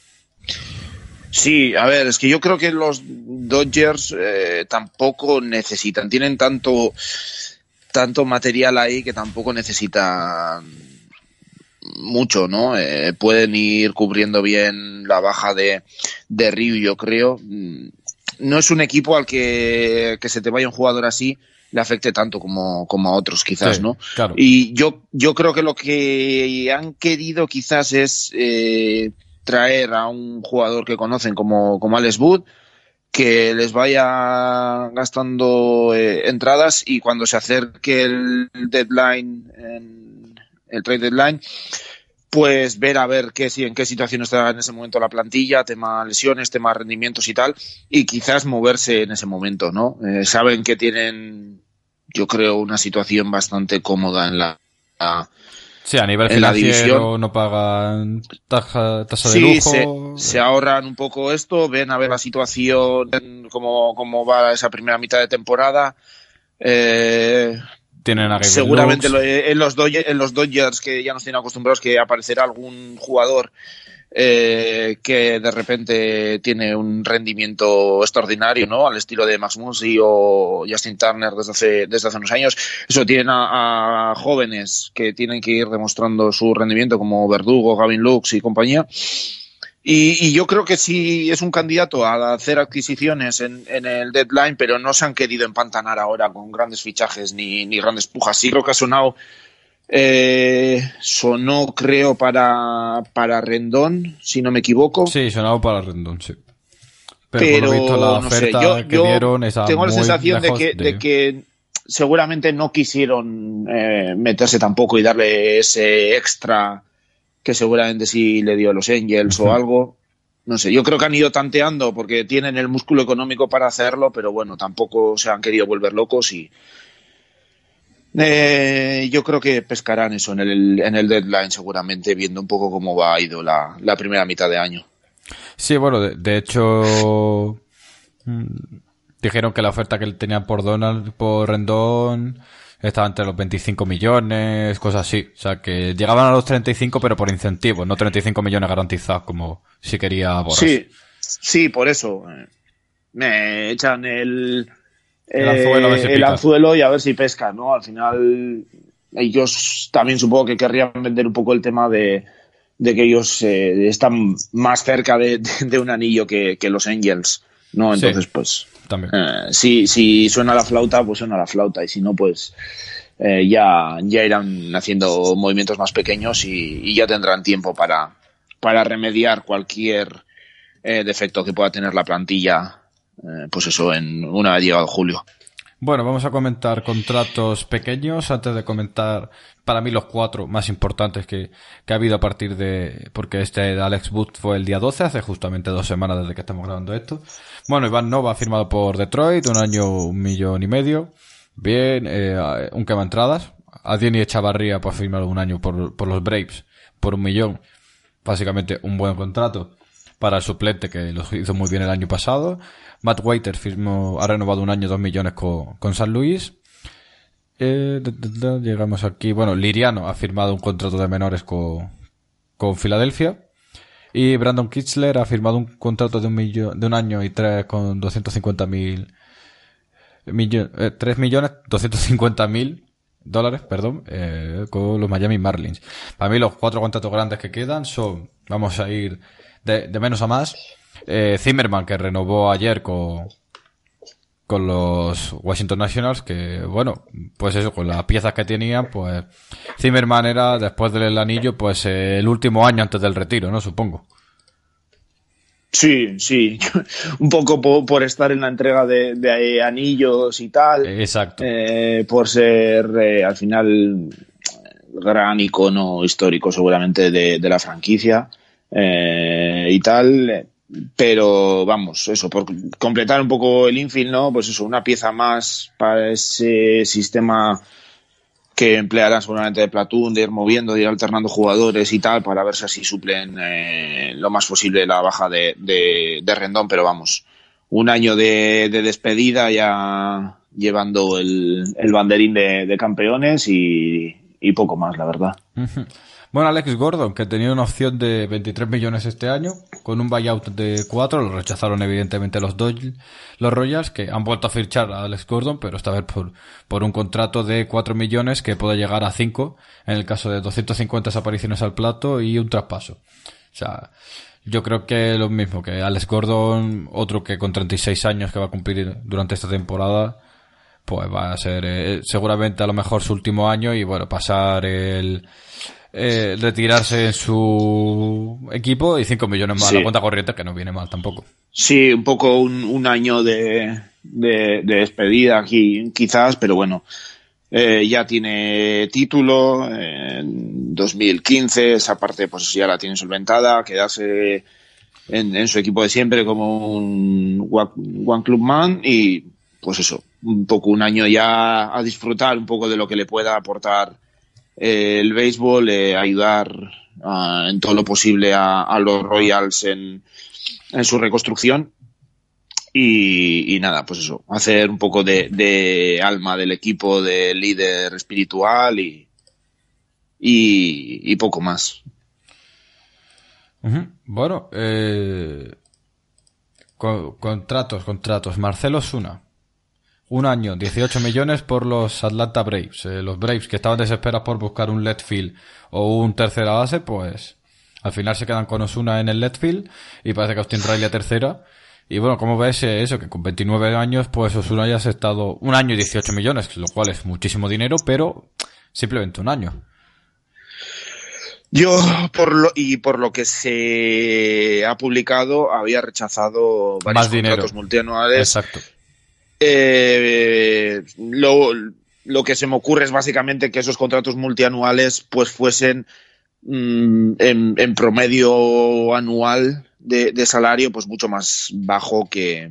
Sí, a ver, es que yo creo que los Dodgers tampoco necesitan, tienen tanto material ahí que tampoco necesitan mucho, ¿no? Pueden ir cubriendo bien la baja de Ryu, yo creo. No es un equipo al que se te vaya un jugador así le afecte tanto como a otros, quizás, sí, ¿no? Claro. Y yo creo que lo que han querido quizás es traer a un jugador que conocen como Alex Wood, que les vaya gastando entradas, y cuando se acerque el deadline, el trade deadline, pues ver en qué situación está en ese momento la plantilla, tema lesiones, tema rendimientos y tal, y quizás moverse en ese momento, ¿no? Saben que tienen, yo creo, una situación bastante cómoda en la sí, a nivel financiero no pagan tasa de lujo. Se ahorran un poco esto, ven a ver la situación, cómo va esa primera mitad de temporada. Tienen a seguramente en los Dodgers, que ya nos tienen acostumbrados, que aparecerá algún jugador que de repente tiene un rendimiento extraordinario, ¿no? Al estilo de Max Muncy o Justin Turner desde hace unos años. Eso, tienen a jóvenes que tienen que ir demostrando su rendimiento, como Verdugo, Gavin Lux y compañía. Y yo creo que sí es un candidato a hacer adquisiciones en el deadline, pero no se han querido empantanar ahora con grandes fichajes ni grandes pujas. Sí creo que ha sonó creo para Rendón, si no me equivoco. Sí, sonaba para Rendón, sí. Pero por lo visto la oferta que dieron es tengo la sensación de que seguramente no quisieron meterse tampoco y darle ese extra que seguramente sí le dio a los Angels o algo. No sé, yo creo que han ido tanteando porque tienen el músculo económico para hacerlo, pero bueno, tampoco se han querido volver locos, y yo creo que pescarán eso en el deadline, seguramente, viendo un poco cómo ha ido la primera mitad de año. Sí, bueno, de hecho dijeron que la oferta que tenían por Rendón estaba entre los 25 millones, cosas así. O sea, que llegaban a los 35, pero por incentivos, no 35 millones garantizados como si quería Boras. Sí, por eso. Me echan el anzuelo, a ver si el pica. anzuelo y a ver si pesca, ¿no? Al final, ellos también supongo que querrían vender un poco el tema de que ellos están más cerca de un anillo que los Angels, ¿no? Entonces, Sí, pues, también. si suena la flauta, pues suena la flauta, y si no, pues ya irán haciendo movimientos más pequeños y ya tendrán tiempo para remediar cualquier defecto que pueda tener la plantilla, pues eso, una vez llegado julio. Bueno, vamos a comentar contratos pequeños antes de comentar para mí los 4 más importantes que ha habido a partir de... Porque este de Alex Wood fue el día 12, hace justamente 2 semanas desde que estamos grabando esto. Bueno, Ivan Nova ha firmado por Detroit, 1 año, $1,5 millones. Bien, un quema entradas. Adieni Echavarría pues ha firmado 1 año por los Braves por $1 millón. Básicamente un buen contrato para el suplente que lo hizo muy bien el año pasado. Matt Waiter ha renovado 1 año, $2 millones con San Luis. Llegamos aquí. Bueno, Liriano ha firmado un contrato de menores con Filadelfia. Y Brandon Kitzler ha firmado un contrato de 1 año y 3 con $3.250.000, perdón, con los Miami Marlins. Para mí los 4 contratos grandes que quedan son, vamos a ir de menos a más. Zimmerman, que renovó ayer con los Washington Nationals, que bueno, pues eso, con las piezas que tenían, pues Zimmerman era, después del anillo, pues el último año antes del retiro, ¿no? Supongo. Sí, un poco por estar en la entrega de anillos y tal. Exacto. Por ser al final gran icono histórico seguramente de la franquicia y tal. Pero vamos, eso, por completar un poco el infield, ¿no? Pues eso, una pieza más para ese sistema que emplearán seguramente de platoon, de ir moviendo, de ir alternando jugadores y tal, para ver si así suplen lo más posible la baja de Rendón. Pero vamos, 1 año de despedida, ya llevando el banderín de campeones y poco más, la verdad. Bueno, Alex Gordon, que tenía una opción de 23 millones este año, con un buyout de 4, lo rechazaron evidentemente los Royals, que han vuelto a fichar a Alex Gordon, pero esta vez por un contrato de 4 millones que puede llegar a 5, en el caso de 250 apariciones al plato y un traspaso. O sea, yo creo que lo mismo que Alex Gordon, otro que con 36 años que va a cumplir durante esta temporada, pues va a ser seguramente a lo mejor su último año y bueno, pasar retirarse en su equipo y 5 millones más a la cuenta corriente, que no viene mal tampoco. Sí, un poco un año de despedida aquí quizás, pero bueno, ya tiene título en 2015, esa parte pues ya la tiene solventada, quedarse en su equipo de siempre como un one club man y pues eso, un poco un año ya a disfrutar un poco de lo que le pueda aportar el béisbol, ayudar en todo lo posible a los Royals en su reconstrucción y nada, pues eso, hacer un poco de alma del equipo, de líder espiritual y poco más. Uh-huh. Bueno, contratos. Marcelo Zuna, 1 año, 18 millones por los Atlanta Braves. Los Braves, que estaban desesperados por buscar un left field o un tercera base, pues al final se quedan con Osuna en el left field y parece que Austin Riley a tercera. Y bueno, ¿cómo ves eso? Que con 29 años, pues Osuna ya has estado 1 año y 18 millones, lo cual es muchísimo dinero, pero simplemente 1 año. Yo, por lo que se ha publicado, había rechazado varios contratos multianuales. Exacto. Lo que se me ocurre es básicamente que esos contratos multianuales pues fuesen en promedio anual de salario pues mucho más bajo que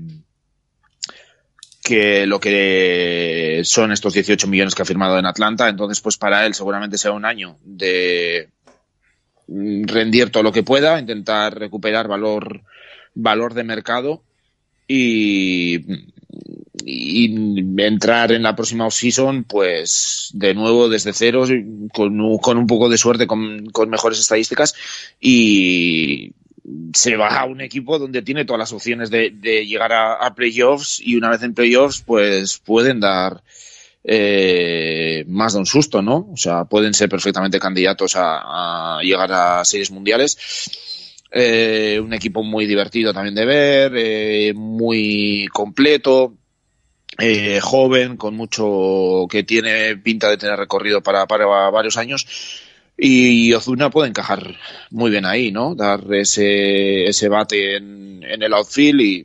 lo que son estos 18 millones que ha firmado en Atlanta. Entonces pues para él seguramente sea 1 año de rendir todo lo que pueda, intentar recuperar valor de mercado y y entrar en la próxima off-season, pues de nuevo desde cero, con un poco de suerte, con mejores estadísticas, y se va a un equipo donde tiene todas las opciones de llegar a playoffs, y una vez en playoffs pues pueden dar más de un susto, ¿no? O sea, pueden ser perfectamente candidatos a llegar a series mundiales. Un equipo muy divertido también de ver, muy completo, joven, con mucho, que tiene pinta de tener recorrido para varios años, y Ozuna puede encajar muy bien ahí, ¿no? Dar ese bate en el outfield, y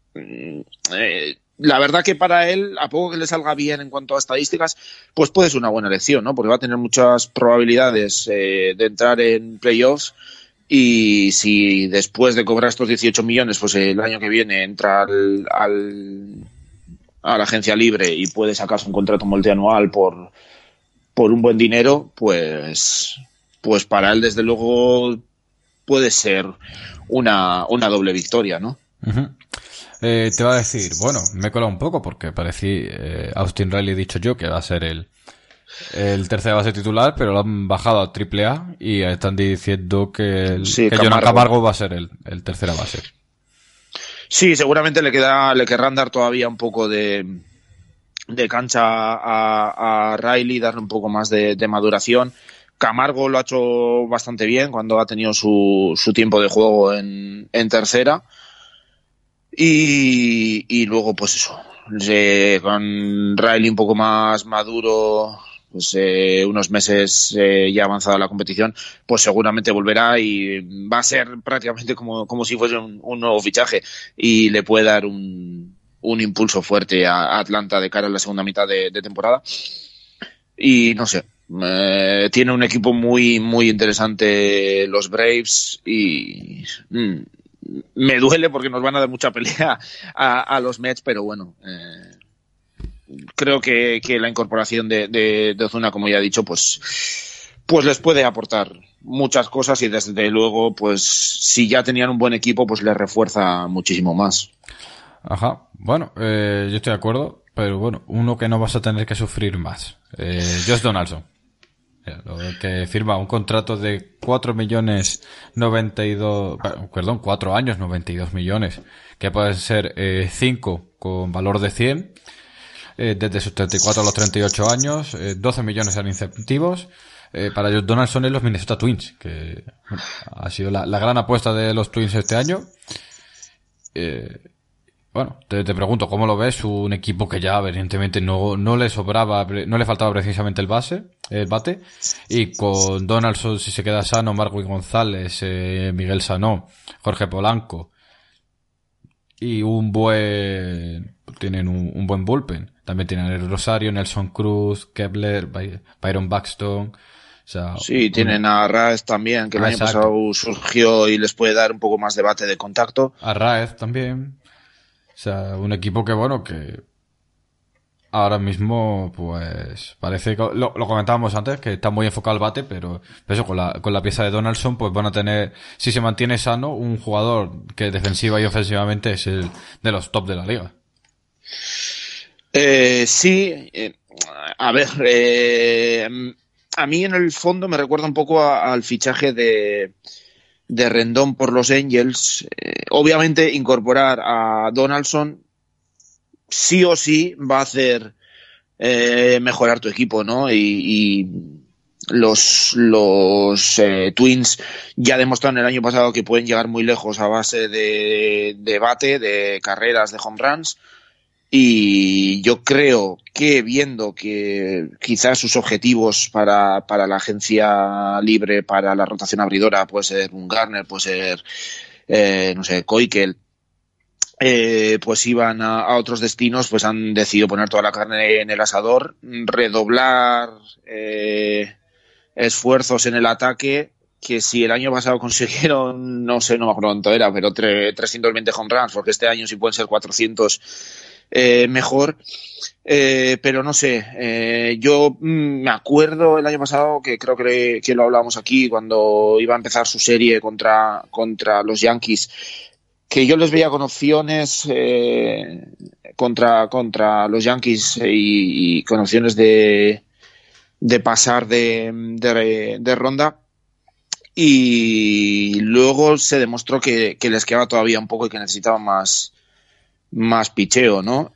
la verdad que para él, a poco que le salga bien en cuanto a estadísticas, pues puede ser una buena elección, ¿no? Porque va a tener muchas probabilidades de entrar en playoffs. Y si después de cobrar estos 18 millones, pues el año que viene entra a la agencia libre y puede sacarse un contrato multianual por un buen dinero, pues para él desde luego puede ser una doble victoria, ¿no? Uh-huh. Te va a decir, bueno, me he colado un poco porque parecía Austin Riley, dicho yo, que va a ser el tercer base titular, pero lo han bajado a AAA y están diciendo que Jonah Camargo va a ser el tercera base. Sí, seguramente le querrán dar todavía un poco de cancha a Riley, darle un poco más de maduración. Camargo lo ha hecho bastante bien cuando ha tenido su tiempo de juego en tercera. Y luego, pues eso, con Riley un poco más maduro, pues unos meses ya avanzada la competición, pues seguramente volverá y va a ser prácticamente como si fuese un nuevo fichaje, y le puede dar un impulso fuerte a Atlanta de cara a la segunda mitad de temporada. Y no sé, tiene un equipo muy, muy interesante los Braves, y me duele porque nos van a dar mucha pelea a los Mets, pero bueno, creo que la incorporación de Ozuna, como ya he dicho, pues les puede aportar muchas cosas, y desde luego, pues si ya tenían un buen equipo, pues les refuerza muchísimo más. Ajá, bueno, yo estoy de acuerdo, pero bueno, uno que no vas a tener que sufrir más, Josh Donaldson, que firma un contrato de 4 años, 92 millones, que pueden ser 5 con valor de 100, desde sus 34 a los 38 años, 12 millones en incentivos, para Josh Donaldson en los Minnesota Twins, que bueno, ha sido la gran apuesta de los Twins este año. Bueno, te pregunto, ¿cómo lo ves? Un equipo que ya evidentemente no le faltaba precisamente el bate, y con Donaldson, si se queda sano, Marwin González, Miguel Sanó, Jorge Polanco, y tienen un buen bullpen. También tienen el Rosario, Nelson Cruz, Kepler, Byron Buxton. O sea, sí, tienen a Raez también, que el año pasado surgió y les puede dar un poco más de bate de contacto. A Raez también. O sea, un equipo que bueno, que ahora mismo pues parece que lo comentábamos antes, que está muy enfocado al bate, pero eso con la pieza de Donaldson pues van a tener, si se mantiene sano, un jugador que defensiva y ofensivamente es el de los top de la liga. Sí, a ver, a mí en el fondo me recuerda un poco al fichaje de Rendón por los Angels. Obviamente incorporar a Donaldson sí o sí va a hacer mejorar tu equipo, ¿no? Y los Twins ya demostraron el año pasado que pueden llegar muy lejos a base de bate, de carreras, de home runs. Y yo creo que, viendo que quizás sus objetivos para la agencia libre, para la rotación abridora, puede ser un Garner, puede ser, no sé, Keuchel, pues iban a otros destinos, pues han decidido poner toda la carne en el asador, redoblar esfuerzos en el ataque, que si el año pasado consiguieron, no me acuerdo cuánto era, pero 320 home runs, porque este año sí pueden ser 400, mejor, pero no sé, yo me acuerdo el año pasado, que creo que lo hablábamos aquí cuando iba a empezar su serie contra los Yankees, que yo les veía con opciones contra los Yankees y con opciones de pasar de ronda, y luego se demostró que les quedaba todavía un poco y que necesitaban más picheo, ¿no?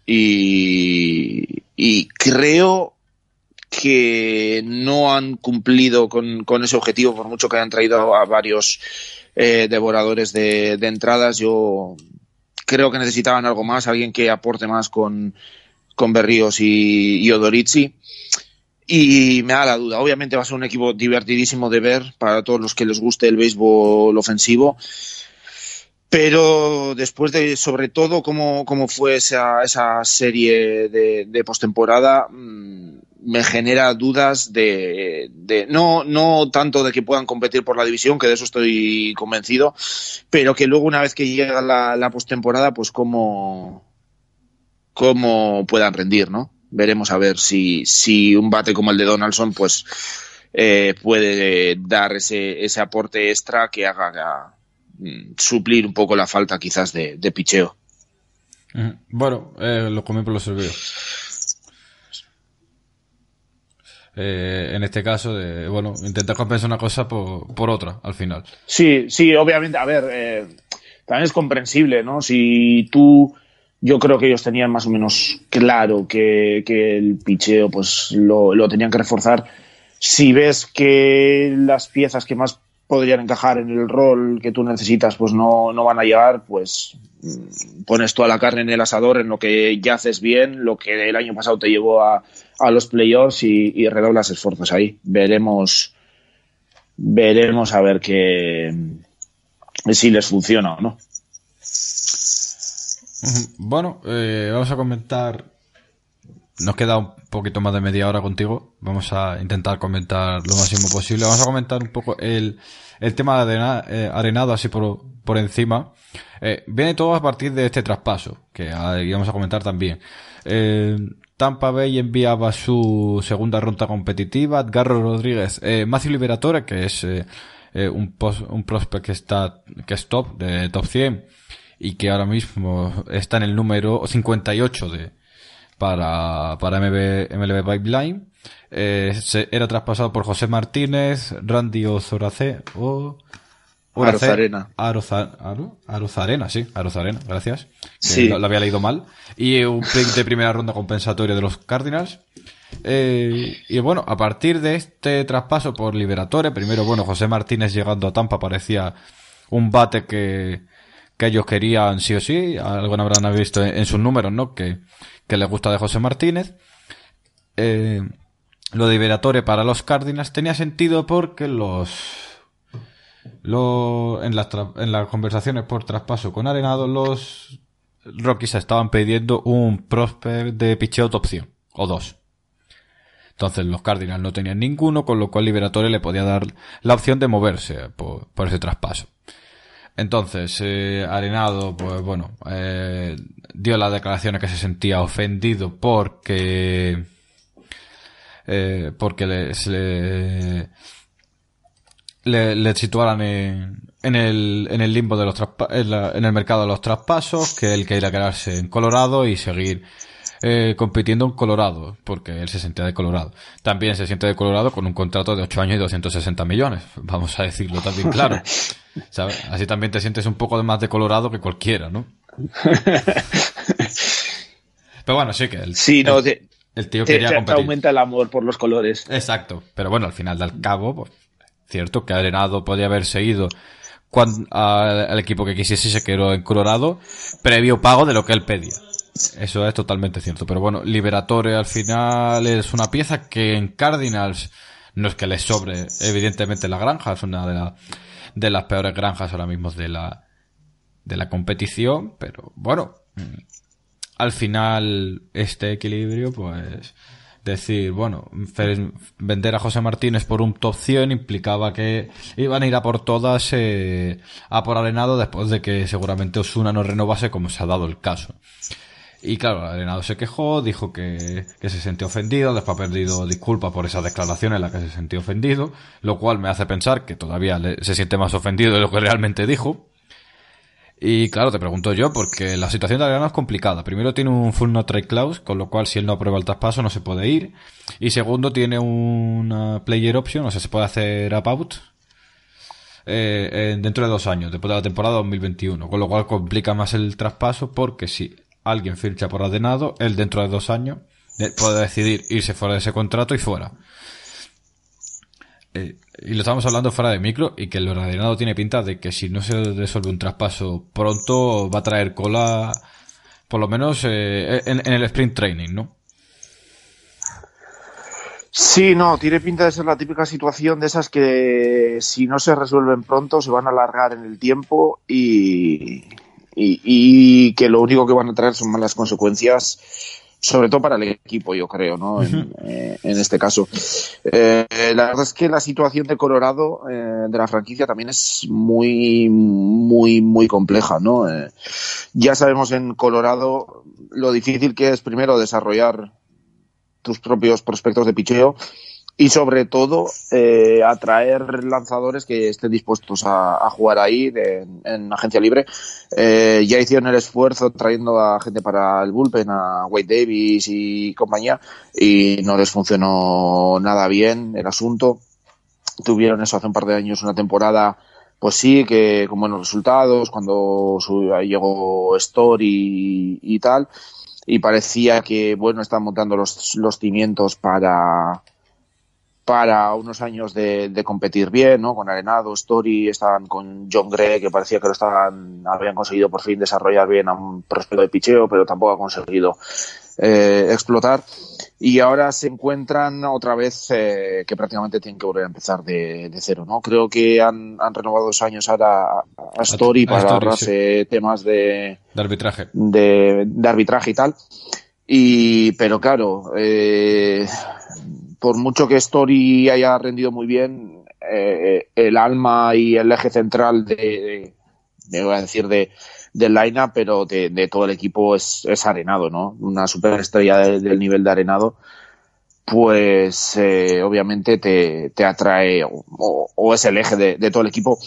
Y creo que no han cumplido con ese objetivo, por mucho que hayan traído a varios devoradores de entradas. Yo creo que necesitaban algo más, alguien que aporte más con Berríos y Odorizzi, y me da la duda. Obviamente va a ser un equipo divertidísimo de ver para todos los que les guste el béisbol ofensivo, pero después de, sobre todo, cómo fue esa serie de postemporada, me genera dudas de no tanto de que puedan competir por la división, que de eso estoy convencido, pero que luego, una vez que llega la postemporada, pues cómo puedan rendir, ¿no? Veremos a ver si un bate como el de Donaldson pues puede dar ese aporte extra que haga suplir un poco la falta quizás de picheo. Bueno, lo comí por los servidos. En este caso, intentar compensar una cosa por otra, al final. Sí, obviamente. A ver, también es comprensible, ¿no? Yo creo que ellos tenían más o menos claro que el picheo pues lo tenían que reforzar. Si ves que las piezas que más podrían encajar en el rol que tú necesitas pues no van a llegar, pues pones toda la carne en el asador, en lo que ya haces bien, lo que el año pasado te llevó a los playoffs, y redoblas esfuerzos ahí. Veremos a ver si les funciona o no. Bueno, vamos a comentar. Nos queda un poquito más de media hora contigo. Vamos a intentar comentar lo máximo posible. Vamos a comentar un poco el tema de Arenado, así por encima. Viene todo a partir de este traspaso, que íbamos a comentar también. Tampa Bay enviaba su segunda ronda competitiva, Edgardo Rodríguez, Matthew Liberatore, que es un prospect que es top, de top 100, y que ahora mismo está en el número 58 para MLB Pipeline. Era traspasado por José Martínez, Randy Arozarena, gracias. Sí. Lo había leído mal. Y un pick de primera ronda compensatorio de los Cardinals. Y bueno, a partir de este traspaso por Liberatore, primero, José Martínez llegando a Tampa parecía un bate que ellos querían sí o sí. Algo habrán visto en sus números, ¿no? Que les gusta de José Martínez. Lo de Liberatore para los Cardinals tenía sentido porque en las conversaciones por traspaso con Arenado, los Rockies estaban pidiendo un prospect de picheo top 100 o 2. Entonces los Cardinals no tenían ninguno, con lo cual Liberatore le podía dar la opción de moverse por ese traspaso. Entonces Arenado dio las declaraciones que se sentía ofendido porque le situaran en el limbo de los en el mercado de los traspasos, que él quería quedarse en Colorado y seguir compitiendo en Colorado, porque él se sentía de Colorado. También se siente de Colorado con un contrato de 8 años y 260 millones, vamos a decirlo también claro. ¿Sabes? Así también te sientes un poco más de Colorado que cualquiera, ¿no? Pero bueno, sí que el tío quería competir. Te aumenta el amor por los colores. Exacto, pero bueno, al final del cabo, pues, cierto que Arenado podía haberse ido al equipo que quisiese y se quedó en Colorado previo pago de lo que él pedía. Eso es totalmente cierto. Pero bueno, Liberatore al final es una pieza que en Cardinals no es que le sobre evidentemente la granja, es una de las peores granjas ahora mismo de la competición, pero bueno, al final este equilibrio, pues decir, vender a José Martínez por un top 100 implicaba que iban a ir a por todas, a por Arenado, después de que seguramente Osuna no renovase, como se ha dado el caso. Y claro, Arenado se quejó, dijo que se sentía ofendido, después ha pedido disculpas por esas declaraciones en las que se sentía ofendido, lo cual me hace pensar que todavía se siente más ofendido de lo que realmente dijo. Y claro, te pregunto yo, porque la situación de Arenado es complicada. Primero tiene un full no trade clause, con lo cual si él no aprueba el traspaso no se puede ir. Y segundo tiene una player option, o sea, se puede hacer opt-out dentro de 2 años, después de la temporada 2021. Con lo cual complica más el traspaso, porque si alguien ficha por Arenado, él dentro de 2 años puede decidir irse fuera de ese contrato y fuera. Y lo estábamos hablando fuera de micro, y que el Arenado tiene pinta de que si no se resuelve un traspaso pronto va a traer cola, por lo menos en el sprint training, ¿no? Sí, no, tiene pinta de ser la típica situación de esas que si no se resuelven pronto se van a alargar en el tiempo y que lo único que van a traer son malas consecuencias, sobre todo para el equipo, yo creo, ¿no? En este caso. La verdad es que la situación de Colorado, de la franquicia, también es muy, muy, muy compleja, ¿no? Ya sabemos en Colorado lo difícil que es, primero, desarrollar tus propios prospectos de picheo y sobre todo atraer lanzadores que estén dispuestos a jugar ahí en agencia libre. Ya hicieron el esfuerzo trayendo a gente para el bullpen, a Wade Davis y compañía, y no les funcionó nada bien el asunto. Tuvieron eso hace un par de años, una temporada pues sí, que con buenos resultados, cuando llegó Story y tal, y parecía que, bueno, están montando los cimientos para unos años de competir bien, ¿no? Con Arenado, Story, estaban con John Gray, que parecía que habían conseguido por fin desarrollar bien a un prospecto de picheo, pero tampoco ha conseguido explotar. Y ahora se encuentran otra vez que prácticamente tienen que volver a empezar de cero, ¿no? Creo que han renovado 2 años ahora a Story para ahorrarse temas de arbitraje. De arbitraje y tal. Pero claro, por mucho que Story haya rendido muy bien, el alma y el eje central voy a decir del line-up, pero de todo el equipo es Arenado, ¿no? Una superestrella del nivel de Arenado, pues obviamente te atrae o es el eje de todo el equipo.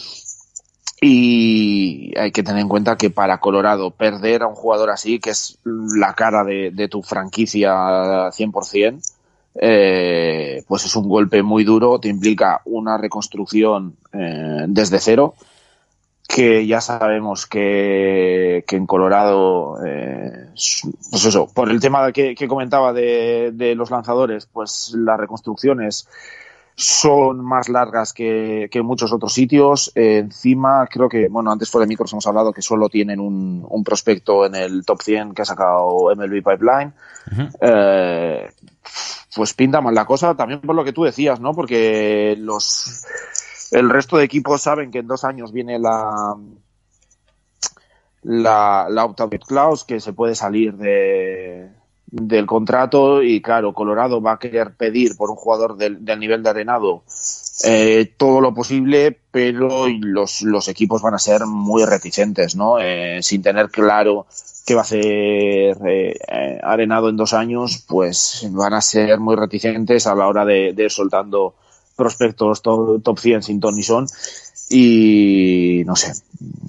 Y hay que tener en cuenta que para Colorado perder a un jugador así, que es la cara de tu franquicia 100%, pues es un golpe muy duro, te implica una reconstrucción desde cero, que ya sabemos que en Colorado, pues eso, por el tema que comentaba de los lanzadores, pues las reconstrucciones son más largas que en muchos otros sitios. Encima, creo que, bueno, antes fuera de micros hemos hablado que solo tienen un prospecto en el top 100 que ha sacado MLB Pipeline. Uh-huh. Pues pinta mal la cosa, también por lo que tú decías, ¿no? Porque el resto de equipos saben que en 2 años viene la opt-out clause, que se puede salir del contrato, y claro, Colorado va a querer pedir por un jugador del nivel de Arenado todo lo posible, pero los equipos van a ser muy reticentes, ¿no? Sin tener claro qué va a hacer Arenado en 2 años, pues van a ser muy reticentes a la hora de ir soltando prospectos top 100 sin ton ni son, y no sé.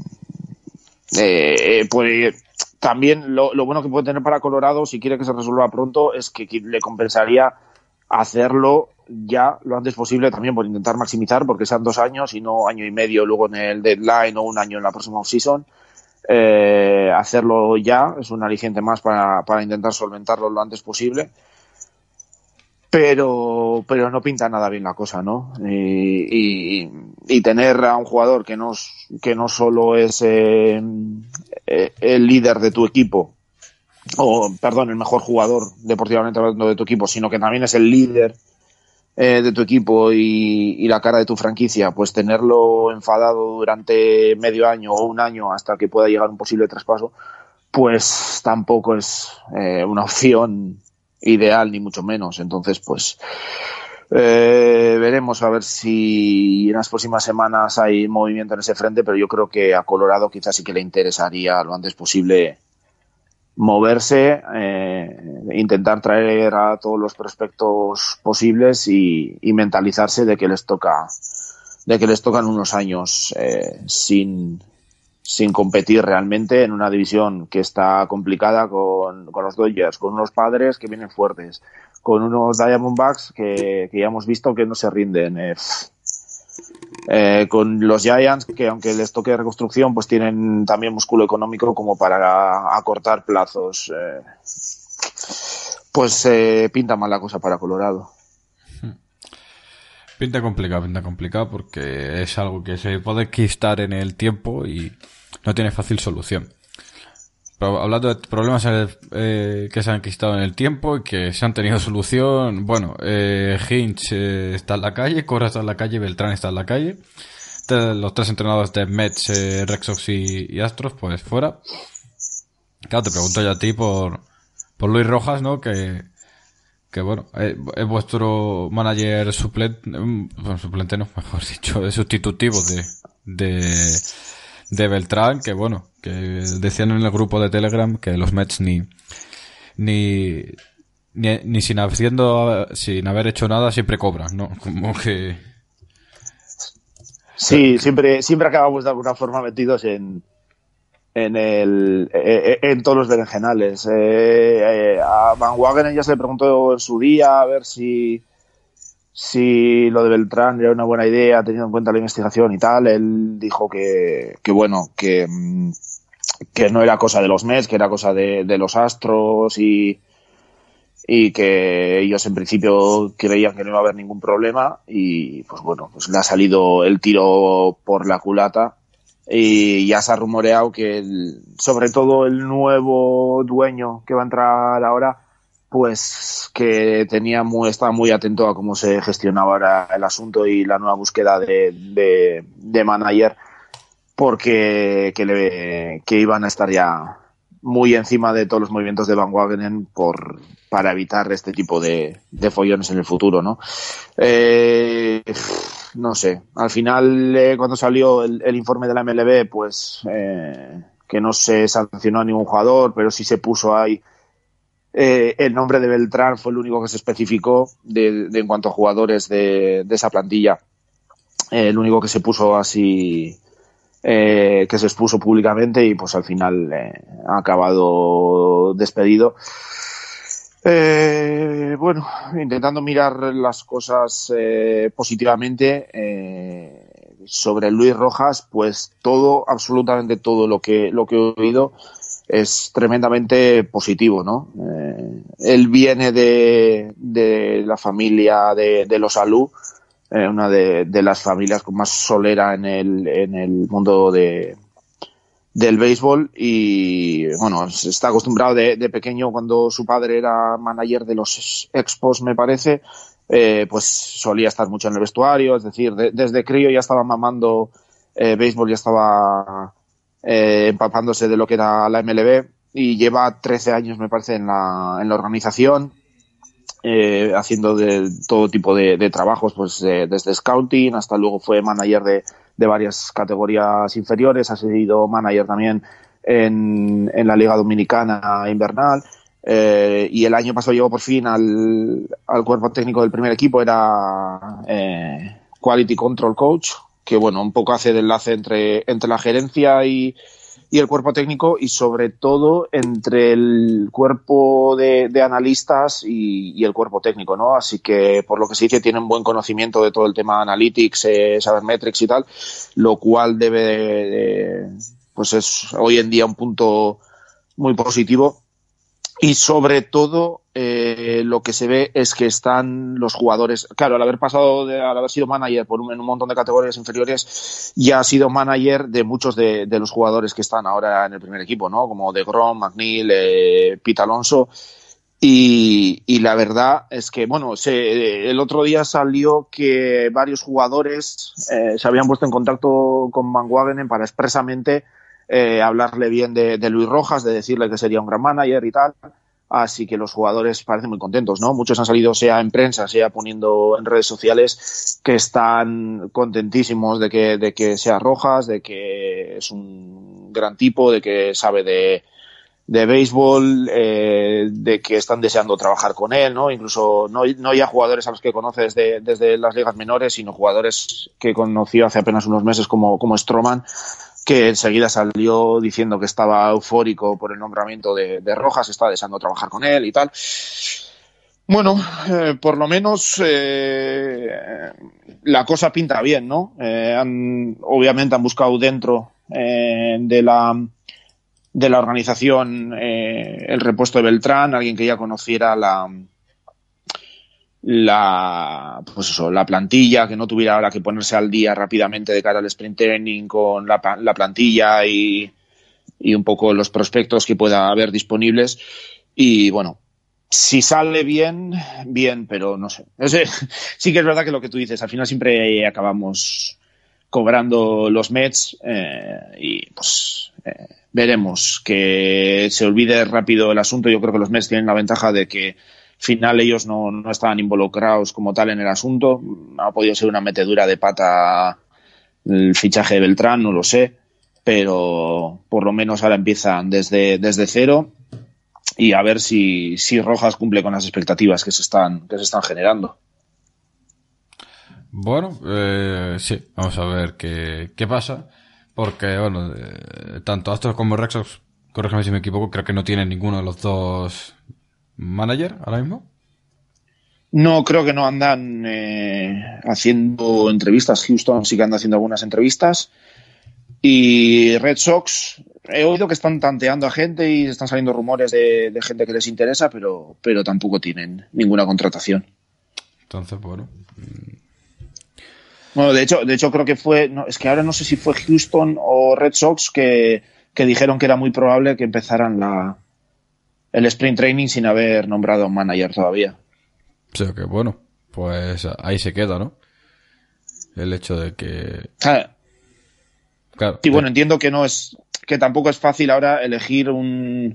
Pues también lo bueno que puede tener para Colorado, si quiere que se resuelva pronto, es que le compensaría hacerlo ya lo antes posible, también por intentar maximizar, porque sean 2 años y no año y medio luego en el deadline o 1 año en la próxima off-season. Hacerlo ya es un aliciente más para intentar solventarlo lo antes posible. Pero no pinta nada bien la cosa, ¿no? Y tener a un jugador que no solo es el líder de tu equipo, el mejor jugador deportivamente hablando de tu equipo, sino que también es el líder de tu equipo y la cara de tu franquicia, pues tenerlo enfadado durante medio año o 1 año hasta que pueda llegar un posible traspaso, pues tampoco es una opción ideal, ni mucho menos. Entonces, pues veremos a ver si en las próximas semanas hay movimiento en ese frente, pero yo creo que a Colorado quizás sí que le interesaría lo antes posible moverse, intentar traer a todos los prospectos posibles y mentalizarse de que les tocan unos años sin sin competir realmente en una división que está complicada con los Dodgers, con unos Padres que vienen fuertes, con unos Diamondbacks que ya hemos visto que no se rinden, con los Giants que aunque les toque reconstrucción pues tienen también músculo económico como para acortar plazos, pues pinta mal la cosa para Colorado. Pinta complicado porque es algo que se puede enquistar en el tiempo y no tiene fácil solución. Pero hablando de problemas que se han enquistado en el tiempo y que se han tenido solución, bueno, Hinch está en la calle, Cora está en la calle, Beltrán está en la calle. Los 3 entrenadores de Mets, Red Sox y Astros, pues fuera. Claro, te pregunto yo a ti por Luis Rojas, ¿no? Que bueno, es vuestro manager suplente, no, mejor dicho, es sustitutivo de Beltrán, que bueno, que decían en el grupo de Telegram que los Mets ni sin haber hecho nada siempre cobran, ¿no? Como que... Sí, siempre acabamos de alguna forma metidos en todos los berenjenales. A Van Wagenen ya se le preguntó en su día a ver si lo de Beltrán era una buena idea teniendo en cuenta la investigación y tal. Él dijo que no era cosa de los Mets, que era cosa de los Astros y que ellos en principio creían que no iba a haber ningún problema y pues bueno, pues le ha salido el tiro por la culata. Y ya se ha rumoreado que sobre todo el nuevo dueño que va a entrar ahora, pues que estaba muy atento a cómo se gestionaba ahora el asunto y la nueva búsqueda de manager, porque que iban a estar ya muy encima de todos los movimientos de Van Wagenen para evitar este tipo de follones en el futuro, ¿no? No sé, al final cuando salió el informe de la MLB, pues que no se sancionó a ningún jugador, pero sí se puso ahí el nombre de Beltrán, fue el único que se especificó en cuanto a jugadores de esa plantilla, el único que se puso así, que se expuso públicamente y pues al final ha acabado despedido. Bueno, intentando mirar las cosas positivamente, sobre Luis Rojas, pues absolutamente todo lo que he oído es tremendamente positivo, ¿no? Él viene de la familia de los Alou, una de las familias con más solera en el mundo del béisbol y bueno, se está acostumbrado de pequeño, cuando su padre era manager de los Expos, me parece, pues solía estar mucho en el vestuario, es decir, desde crío ya estaba mamando béisbol, ya estaba empapándose de lo que era la MLB y lleva 13 años, me parece, en la organización, haciendo de todo tipo de trabajos, pues desde scouting hasta luego fue manager de varias categorías inferiores, ha sido manager también en la Liga Dominicana invernal, y el año pasado llegó por fin al cuerpo técnico del primer equipo, era Quality Control Coach, que bueno, un poco hace de enlace entre la gerencia y el cuerpo técnico y sobre todo entre el cuerpo de analistas y el cuerpo técnico, ¿no? Así que por lo que se dice tienen buen conocimiento de todo el tema analytics, sabermetrics y tal, lo cual pues es hoy en día un punto muy positivo. Y sobre todo lo que se ve es que están los jugadores, claro, al haber sido manager en un montón de categorías inferiores, ya ha sido manager de muchos de los jugadores que están ahora en el primer equipo, ¿no? Como DeGrom, McNeil, Pete Alonso. Y la verdad es que, bueno, el otro día salió que varios jugadores se habían puesto en contacto con Van Wagenen para expresamente hablarle bien de Luis Rojas, de decirle que sería un gran manager y tal. Así que los jugadores parecen muy contentos, ¿no? Muchos han salido, sea en prensa, sea poniendo en redes sociales, que están contentísimos de que sea Rojas, de que es un gran tipo, de que sabe de béisbol, de que están deseando trabajar con él, ¿no? Incluso no ya jugadores a los que conoce desde las ligas menores, sino jugadores que conoció hace apenas unos meses como Stroman, que enseguida salió diciendo que estaba eufórico por el nombramiento de Rojas, estaba deseando trabajar con él y tal. Bueno, por lo menos la cosa pinta bien, ¿no? Obviamente han buscado dentro de la organización el repuesto de Beltrán, alguien que ya conociera pues eso, la plantilla, que no tuviera ahora que ponerse al día rápidamente de cara al sprint training con la plantilla y un poco los prospectos que pueda haber disponibles. Y bueno, si sale bien, pero no sé. Sí que es verdad que lo que tú dices, al final siempre acabamos cobrando los Mets y pues veremos. Que se olvide rápido el asunto. Yo creo que los Mets tienen la ventaja de que al final ellos no estaban involucrados como tal en el asunto. Ha podido ser una metedura de pata el fichaje de Beltrán, no lo sé, pero por lo menos ahora empiezan desde cero. Y a ver si Rojas cumple con las expectativas que se están generando. Bueno, sí, vamos a ver qué pasa. Porque, bueno, tanto Astros como Red Sox, corrígeme si me equivoco, creo que no tienen ninguno de los dos manager ahora mismo. No, creo que no andan haciendo entrevistas. Houston sí que anda haciendo algunas entrevistas. Y Red Sox, he oído que están tanteando a gente y están saliendo rumores de gente que les interesa, pero tampoco tienen ninguna contratación. Entonces, bueno. Bueno, de hecho creo que fue, no, es que ahora no sé si fue Houston o Red Sox que dijeron que era muy probable que empezaran el sprint training sin haber nombrado a un manager todavía. O sea que bueno, pues ahí se queda, ¿no? El hecho de que... Claro. Y bueno, entiendo que tampoco es fácil ahora elegir un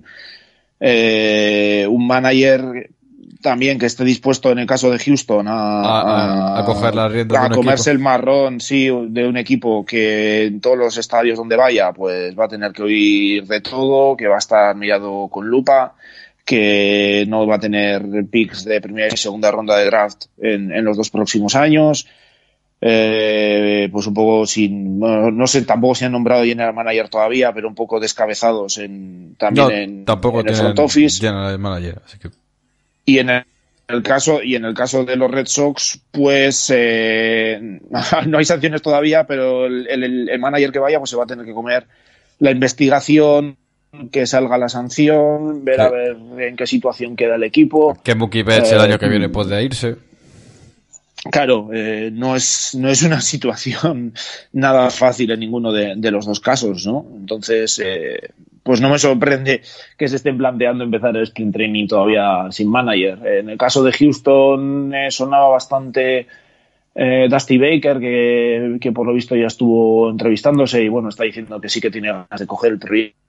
manager también que esté dispuesto, en el caso de Houston, a coger la rienda a comerse el marrón, sí, de un equipo que en todos los estadios donde vaya, pues va a tener que oír de todo, que va a estar mirado con lupa, que no va a tener picks de primera y segunda ronda de draft en los 2 próximos años. Pues un poco no sé tampoco si han nombrado general manager todavía, pero un poco descabezados también en el front office. General manager, así que... Y en el caso de los Red Sox, pues no hay sanciones todavía, pero el manager que vaya pues se va a tener que comer la investigación, que salga la sanción, ver a ver en qué situación queda el equipo. Que Mookie Betts el año que viene puede irse. Claro, no es una situación nada fácil en ninguno de los dos casos, ¿no? Entonces, pues no me sorprende que se estén planteando empezar el sprint training todavía sin manager. En el caso de Houston sonaba bastante Dusty Baker, que por lo visto ya estuvo entrevistándose y bueno, está diciendo que sí que tiene ganas de coger el proyecto.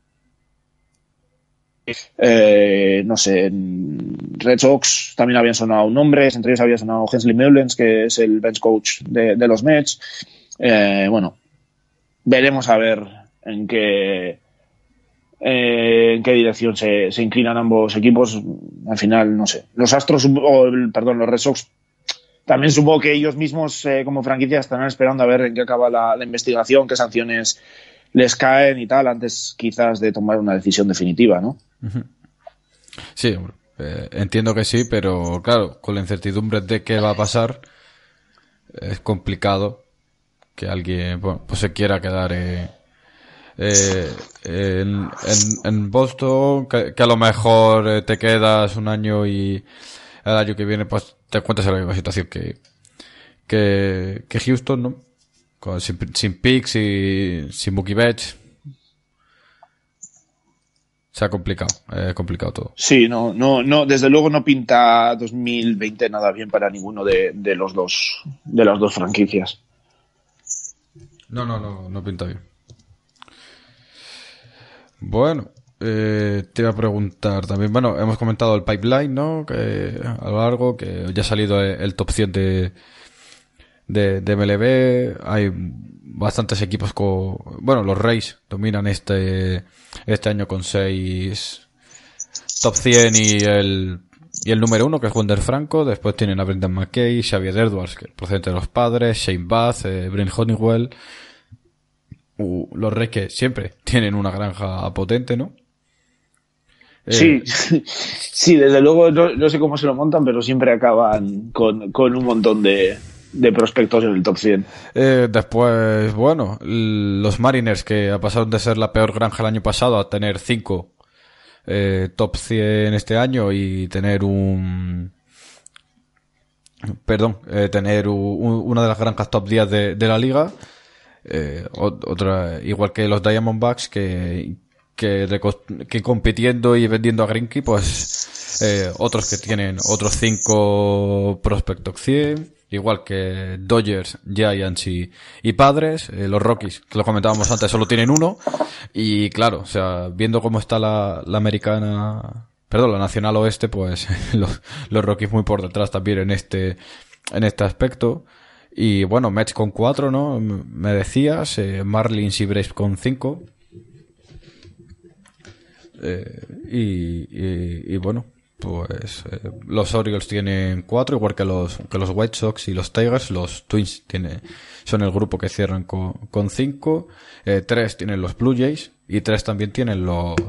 No sé, en Red Sox también habían sonado nombres, entre ellos había sonado Hensley Meulens, que es el bench coach de los Mets. Bueno, veremos a ver en qué dirección se inclinan ambos equipos. Al final, no sé, los los Red Sox también supongo que ellos mismos como franquicia estarán esperando a ver en qué acaba la investigación, qué sanciones les caen y tal, antes quizás de tomar una decisión definitiva, ¿no? Sí, entiendo que sí, pero claro, con la incertidumbre de qué va a pasar, es complicado que alguien pues se quiera quedar en Boston, que a lo mejor te quedas un año y el año que viene pues te encuentras en la misma situación que Houston, ¿no? Sin picks y sin Mookie Betts. Se ha complicado, complicado todo. Sí, no, desde luego no pinta 2020 nada bien para ninguno de las dos franquicias. No pinta bien. Bueno, te iba a preguntar también, bueno, hemos comentado el pipeline, ¿no? Que a lo largo, que ya ha salido el top 100 de MLB, hay bastantes equipos bueno, los Rays dominan este año con 6 top 100 y el número 1 que es Wander Franco. Después tienen a Brendan McKay, Xavier Edwards, que procedente de los Padres, Shane Bass, Brent Honeywell, Los Reyes que siempre tienen una granja potente, ¿no? Sí, sí, desde luego no sé cómo se lo montan, pero siempre acaban con un montón de prospectos en el top 100. Después, bueno, los Mariners, que pasaron de ser la peor granja el año pasado a tener 5 top 100 este año y tener tener una de las granjas top 10 de la liga. Otra, igual que los Diamondbacks, que compitiendo y vendiendo a Greinke, pues otros que tienen otros 5 prospectos 100, igual que Dodgers, Giants y Padres. Los Rockies, que lo comentábamos antes, solo tienen 1, y claro, o sea, viendo cómo está la Nacional Oeste, pues los Rockies muy por detrás también en este aspecto. Y bueno, Mets con 4, ¿no? Me decías, Marlins y Braves con 5. Y bueno, pues los Orioles tienen 4, igual que los White Sox y los Tigers. Los Twins son el grupo que cierran con 5. 3 tienen los Blue Jays y 3 también tienen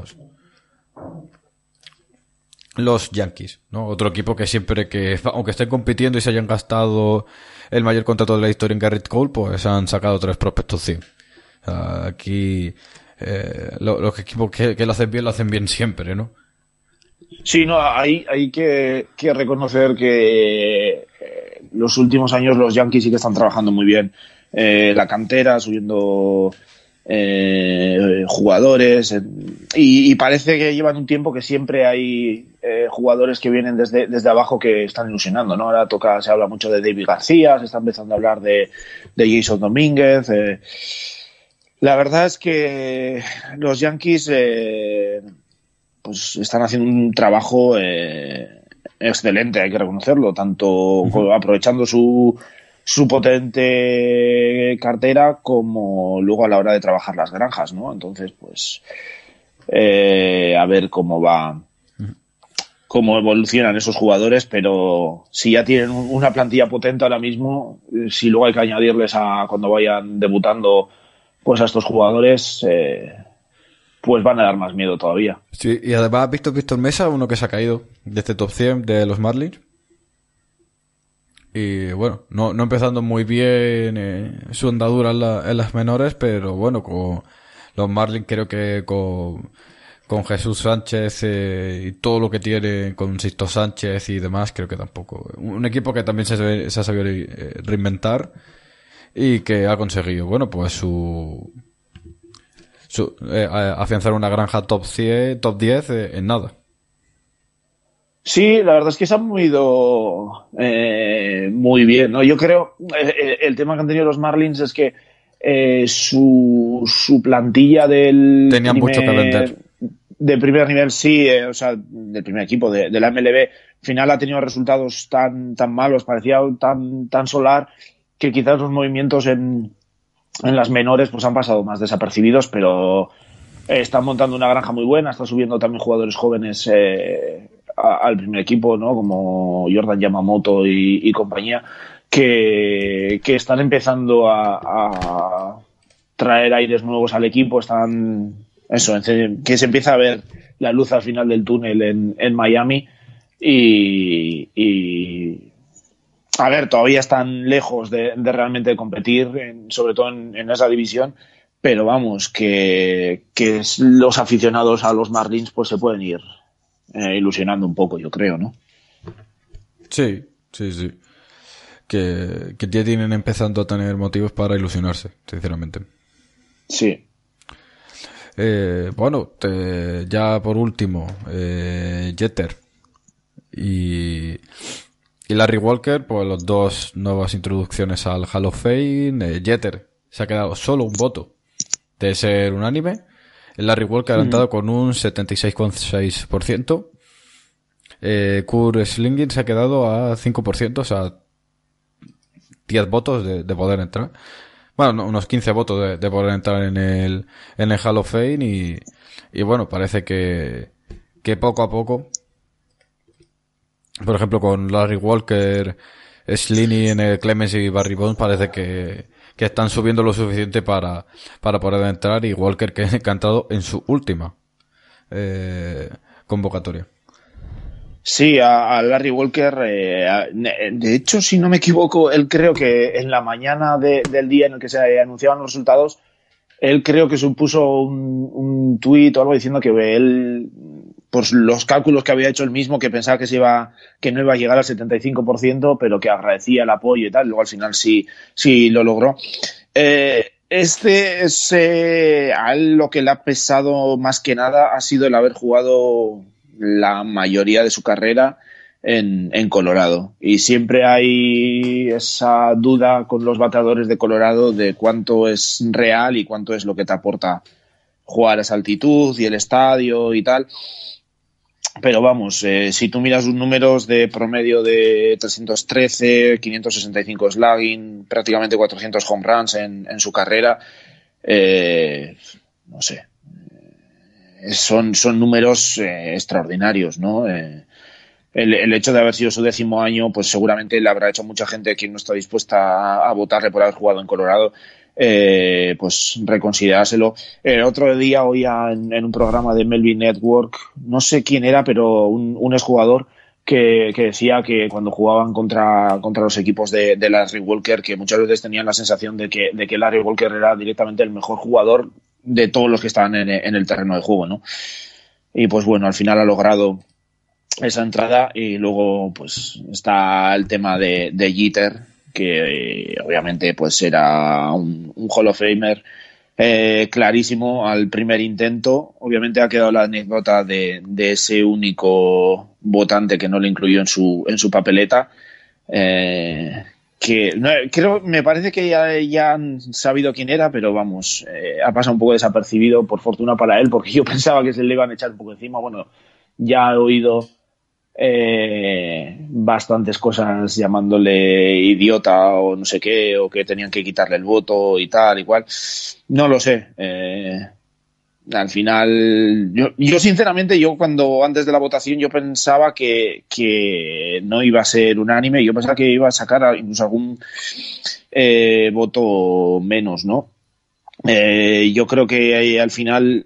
los Yankees, ¿no? Otro equipo que siempre aunque estén compitiendo y se hayan gastado el mayor contrato de la historia en Garrett Cole, pues han sacado 3 prospectos 100. Aquí los equipos que lo hacen bien siempre, ¿no? Sí, no, hay que reconocer que los últimos años los Yankees sí que están trabajando muy bien. La cantera, subiendo jugadores, y parece que llevan un tiempo que siempre hay jugadores que vienen desde abajo que están ilusionando, ¿no? Ahora se habla mucho de David García, se está empezando a hablar de Jason Domínguez. La verdad es que los Yankees pues están haciendo un trabajo excelente, hay que reconocerlo, tanto aprovechando su potente cartera como luego a la hora de trabajar las granjas, ¿no? Entonces, pues a ver cómo evolucionan esos jugadores, pero si ya tienen una plantilla potente ahora mismo, si luego hay que añadirles cuando vayan debutando pues a estos jugadores, pues van a dar más miedo todavía. Sí, y además has visto Víctor Mesa, uno que se ha caído de este top 100 de los Marlins. Y bueno, no empezando muy bien su andadura en las menores, pero bueno, con los Marlins creo que con Jesús Sánchez y todo lo que tiene con Sixto Sánchez y demás, creo que tampoco. Un equipo que también se ha sabido reinventar y que ha conseguido, bueno, pues afianzar una granja top 100, top 10 en nada. Sí, la verdad es que se han movido muy bien, ¿no? Yo creo el tema que han tenido los Marlins es que su plantilla tenían mucho que vender. De primer nivel, sí, o sea, del primer equipo de la MLB, al final ha tenido resultados tan malos, parecía tan solar, que quizás los movimientos en las menores pues han pasado más desapercibidos, pero están montando una granja muy buena, están subiendo también jugadores jóvenes al primer equipo, ¿no? Como Jordan Yamamoto y compañía, que están empezando a traer aires nuevos al equipo, que se empieza a ver la luz al final del túnel en Miami, y a ver, todavía están lejos de realmente competir, sobre todo en esa división, pero vamos, que los aficionados a los Marlins pues se pueden ir ilusionando un poco, yo creo, ¿no? Sí. Que ya tienen empezando a tener motivos para ilusionarse, sinceramente. Sí. Bueno, ya por último, Jeter y Larry Walker, pues los dos nuevas introducciones al Hall of Fame. Jeter se ha quedado solo un voto de ser unánime. Larry Walker adelantado con un 76,6%. Kurt Schilling se ha quedado a 5%, o sea, 10 votos de poder entrar. Bueno, no, unos 15 votos de poder entrar en el Hall of Fame, y bueno, parece que poco a poco, por ejemplo, con Larry Walker, Schilling, Clemens y Barry Bonds, parece que que están subiendo lo suficiente para poder entrar, y Walker que ha entrado en su última convocatoria. Sí, a Larry Walker, de hecho, si no me equivoco, él creo que en la mañana del día en el que se anunciaban los resultados, él creo que supuso un tuit o algo diciendo que él, por los cálculos que había hecho él mismo, que pensaba que no iba a llegar al 75%, pero que agradecía el apoyo y tal. Luego al final sí lo logró. Este es a él lo que le ha pesado más que nada ha sido el haber jugado la mayoría de su carrera en Colorado, y siempre hay esa duda con los bateadores de Colorado de cuánto es real y cuánto es lo que te aporta jugar a esa altitud y el estadio y tal. Pero vamos, si tú miras los números de promedio de 313, 565 slugging, prácticamente 400 home runs en su carrera, no sé, son números extraordinarios, ¿no? El hecho de haber sido su 10º año, pues seguramente le habrá hecho mucha gente que no está dispuesta a votarle por haber jugado en Colorado, pues reconsiderárselo. El otro día oía en un programa de Melvin Network, no sé quién era, pero un exjugador que decía que cuando jugaban contra los equipos de Larry Walker, que muchas veces tenían la sensación de que Larry Walker era directamente el mejor jugador de todos los que estaban en el terreno de juego, ¿no? Y pues bueno, al final ha logrado esa entrada. Y luego pues está el tema de Jeter, que obviamente pues era un Hall of Famer clarísimo al primer intento. Obviamente ha quedado la anécdota de ese único votante que no le incluyó en su papeleta, que no, me parece que ya han sabido quién era, pero vamos, ha pasado un poco desapercibido, por fortuna para él, porque yo pensaba que se le iban a echar un poco encima. Bueno, ya he oído bastantes cosas llamándole idiota o no sé qué, o que tenían que quitarle el voto y tal y cual. No lo sé. Al final, yo sinceramente, cuando antes de la votación yo pensaba que no iba a ser unánime. Yo pensaba que iba a sacar incluso algún voto menos, ¿no? Yo creo que al final,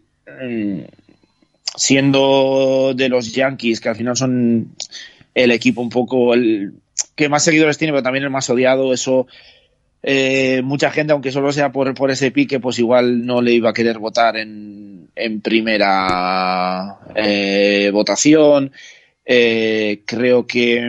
siendo de los Yankees, que al final son el equipo un poco el que más seguidores tiene, pero también el más odiado, eso mucha gente, aunque solo sea por ese pique, pues igual no le iba a querer votar en primera votación. Creo que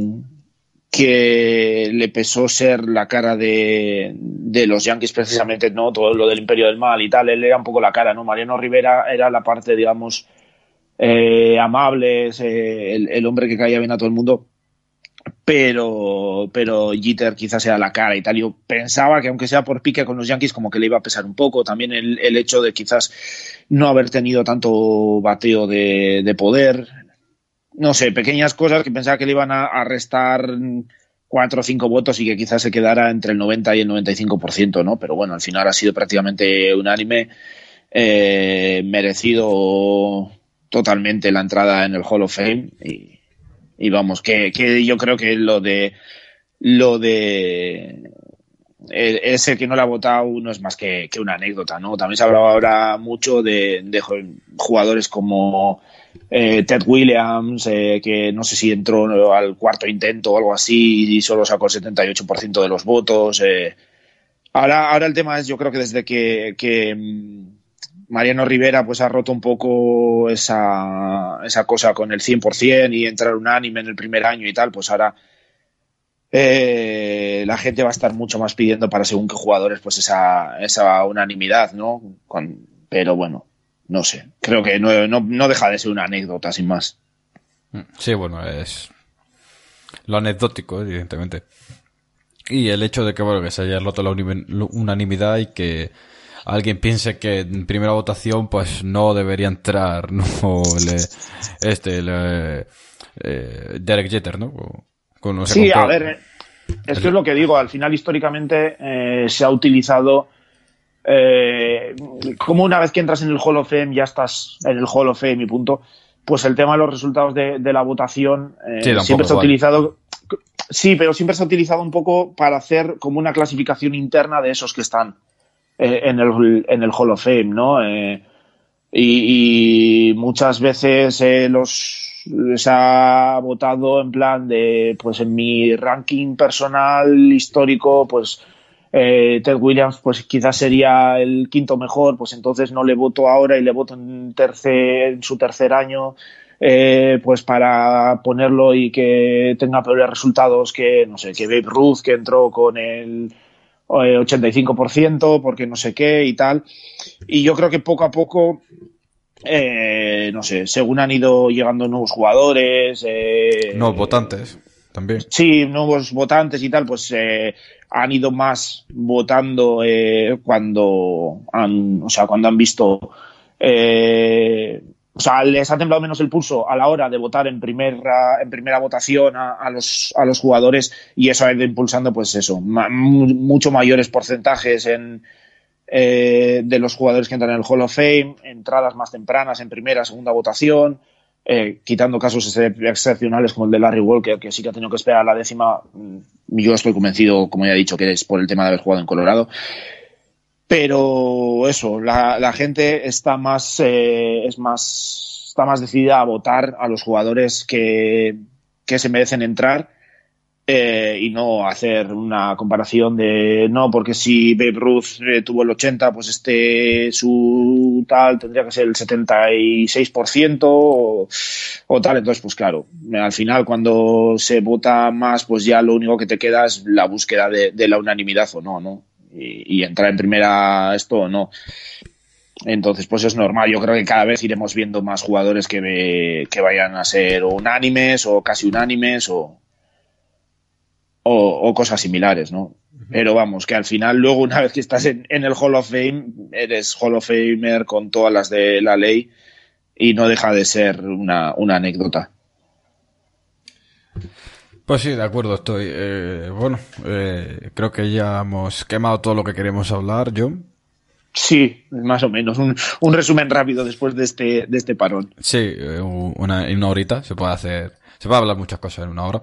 le pesó ser la cara de los Yankees, precisamente, ¿no? Todo lo del Imperio del Mal y tal, él era un poco la cara, ¿no? Mariano Rivera era la parte, digamos, amable, el hombre que caía bien a todo el mundo, pero Jeter quizás era la cara y tal. Yo pensaba que, aunque sea por pique con los Yankees, como que le iba a pesar un poco también el hecho de quizás no haber tenido tanto bateo de poder. No sé, pequeñas cosas que pensaba que le iban a restar 4 o 5 votos y que quizás se quedara entre el 90 y el 95%, ¿no? Pero bueno, al final ha sido prácticamente unánime, merecido totalmente la entrada en el Hall of Fame. Y vamos, que yo creo que lo de ese que no le ha votado no es más que una anécdota, ¿no? También se ha hablado ahora mucho de jugadores como Ted Williams, que no sé si entró al 4º intento o algo así y solo sacó el 78% de los votos. Ahora el tema es, yo creo que desde que Mariano Rivera pues ha roto un poco esa cosa con el 100% y entrar unánime en el primer año y tal, pues ahora la gente va a estar mucho más pidiendo para según qué jugadores pues esa unanimidad, ¿no? Pero bueno, no sé, creo que no deja de ser una anécdota sin más. Sí, bueno, es lo anecdótico, evidentemente. Y el hecho de que, bueno, que se haya roto la unanimidad y que alguien piense que en primera votación pues no debería entrar, ¿no? Derek Jeter, ¿no? Sí, a ver, esto es lo que digo. Al final, históricamente, se ha utilizado como una vez que entras en el Hall of Fame, ya estás en el Hall of Fame y punto. Pues el tema de los resultados de la votación siempre se ha utilizado Sí, pero siempre se ha utilizado un poco para hacer como una clasificación interna de esos que están en el Hall of Fame, ¿no? Y muchas veces se ha votado en plan de, pues en mi ranking personal histórico, pues Ted Williams pues quizás sería el quinto mejor, pues entonces no le voto ahora y le voto en su tercer año, pues para ponerlo y que tenga peores resultados que, no sé, que Babe Ruth, que entró con el 85%, porque no sé qué y tal. Y yo creo que poco a poco, no sé, según han ido llegando nuevos jugadores, No, votantes, también. sí, nuevos votantes y tal, pues han ido más votando cuando han visto, o sea, les ha temblado menos el pulso a la hora de votar en primera votación a los jugadores, y eso ha ido impulsando, pues eso, mucho mayores porcentajes de los jugadores que entran en el Hall of Fame, entradas más tempranas en primera, segunda votación, quitando casos excepcionales como el de Larry Walker, que sí que ha tenido que esperar a la décima. Yo estoy convencido, como ya he dicho, que es por el tema de haber jugado en Colorado. Pero eso, la gente está más decidida a votar a los jugadores que se merecen entrar, y no hacer una comparación de no, porque si Babe Ruth tuvo el 80, pues su tal tendría que ser el 76% o tal. Entonces, pues claro, al final cuando se vota más, pues ya lo único que te queda es la búsqueda de la unanimidad o no, ¿no? Y entrar en primera esto o no. Entonces, pues es normal. Yo creo que cada vez iremos viendo más jugadores que vayan a ser unánimes o casi unánimes o cosas similares, ¿no? Pero vamos, que al final luego, una vez que estás en el Hall of Fame, eres Hall of Famer con todas las de la ley, y no deja de ser una anécdota. Pues sí, de acuerdo estoy. Creo que ya hemos quemado todo lo que queremos hablar, John. Sí, más o menos. Un resumen rápido después de este parón. Sí, una horita se puede hacer. Se puede hablar muchas cosas en una hora.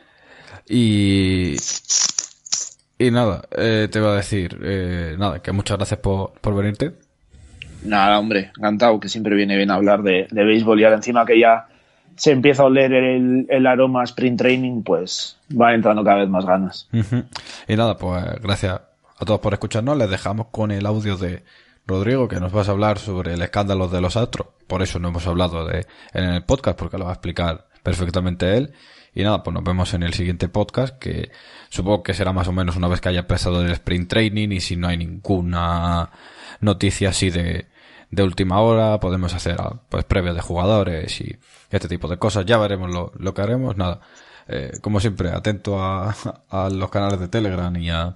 Y nada, te iba a decir, nada, que muchas gracias por venirte. Nada, hombre, encantado, que siempre viene bien hablar de béisbol, y ahora encima que ya se empieza a oler el aroma sprint training, pues va entrando cada vez más ganas. Uh-huh. Y nada, pues gracias a todos por escucharnos. Les dejamos con el audio de Rodrigo, que nos vas a hablar sobre el escándalo de los Astros. Por eso no hemos hablado en el podcast, porque lo va a explicar perfectamente él. Y nada, pues nos vemos en el siguiente podcast, que supongo que será más o menos una vez que haya empezado el sprint training, y si no hay ninguna noticia así de última hora, podemos hacer pues previas de jugadores y este tipo de cosas. Ya veremos lo que haremos. Nada, como siempre, atento a los canales de Telegram y a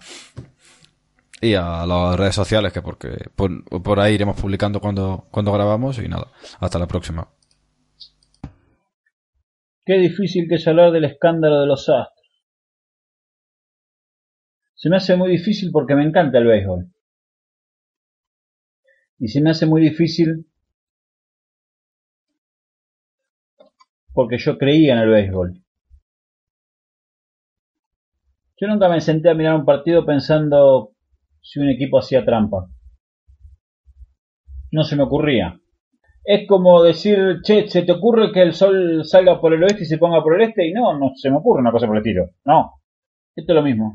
las redes sociales, que porque por ahí iremos publicando cuando grabamos. Y nada, hasta la próxima. Qué difícil que es hablar del escándalo de los Astros. Se me hace muy difícil porque me encanta el béisbol. Y se me hace muy difícil porque yo creía en el béisbol. Yo nunca me senté a mirar un partido pensando si un equipo hacía trampa. No se me ocurría. Es como decir, che, ¿se te ocurre que el sol salga por el oeste y se ponga por el este? Y no se me ocurre una cosa por el estilo. No, esto es lo mismo.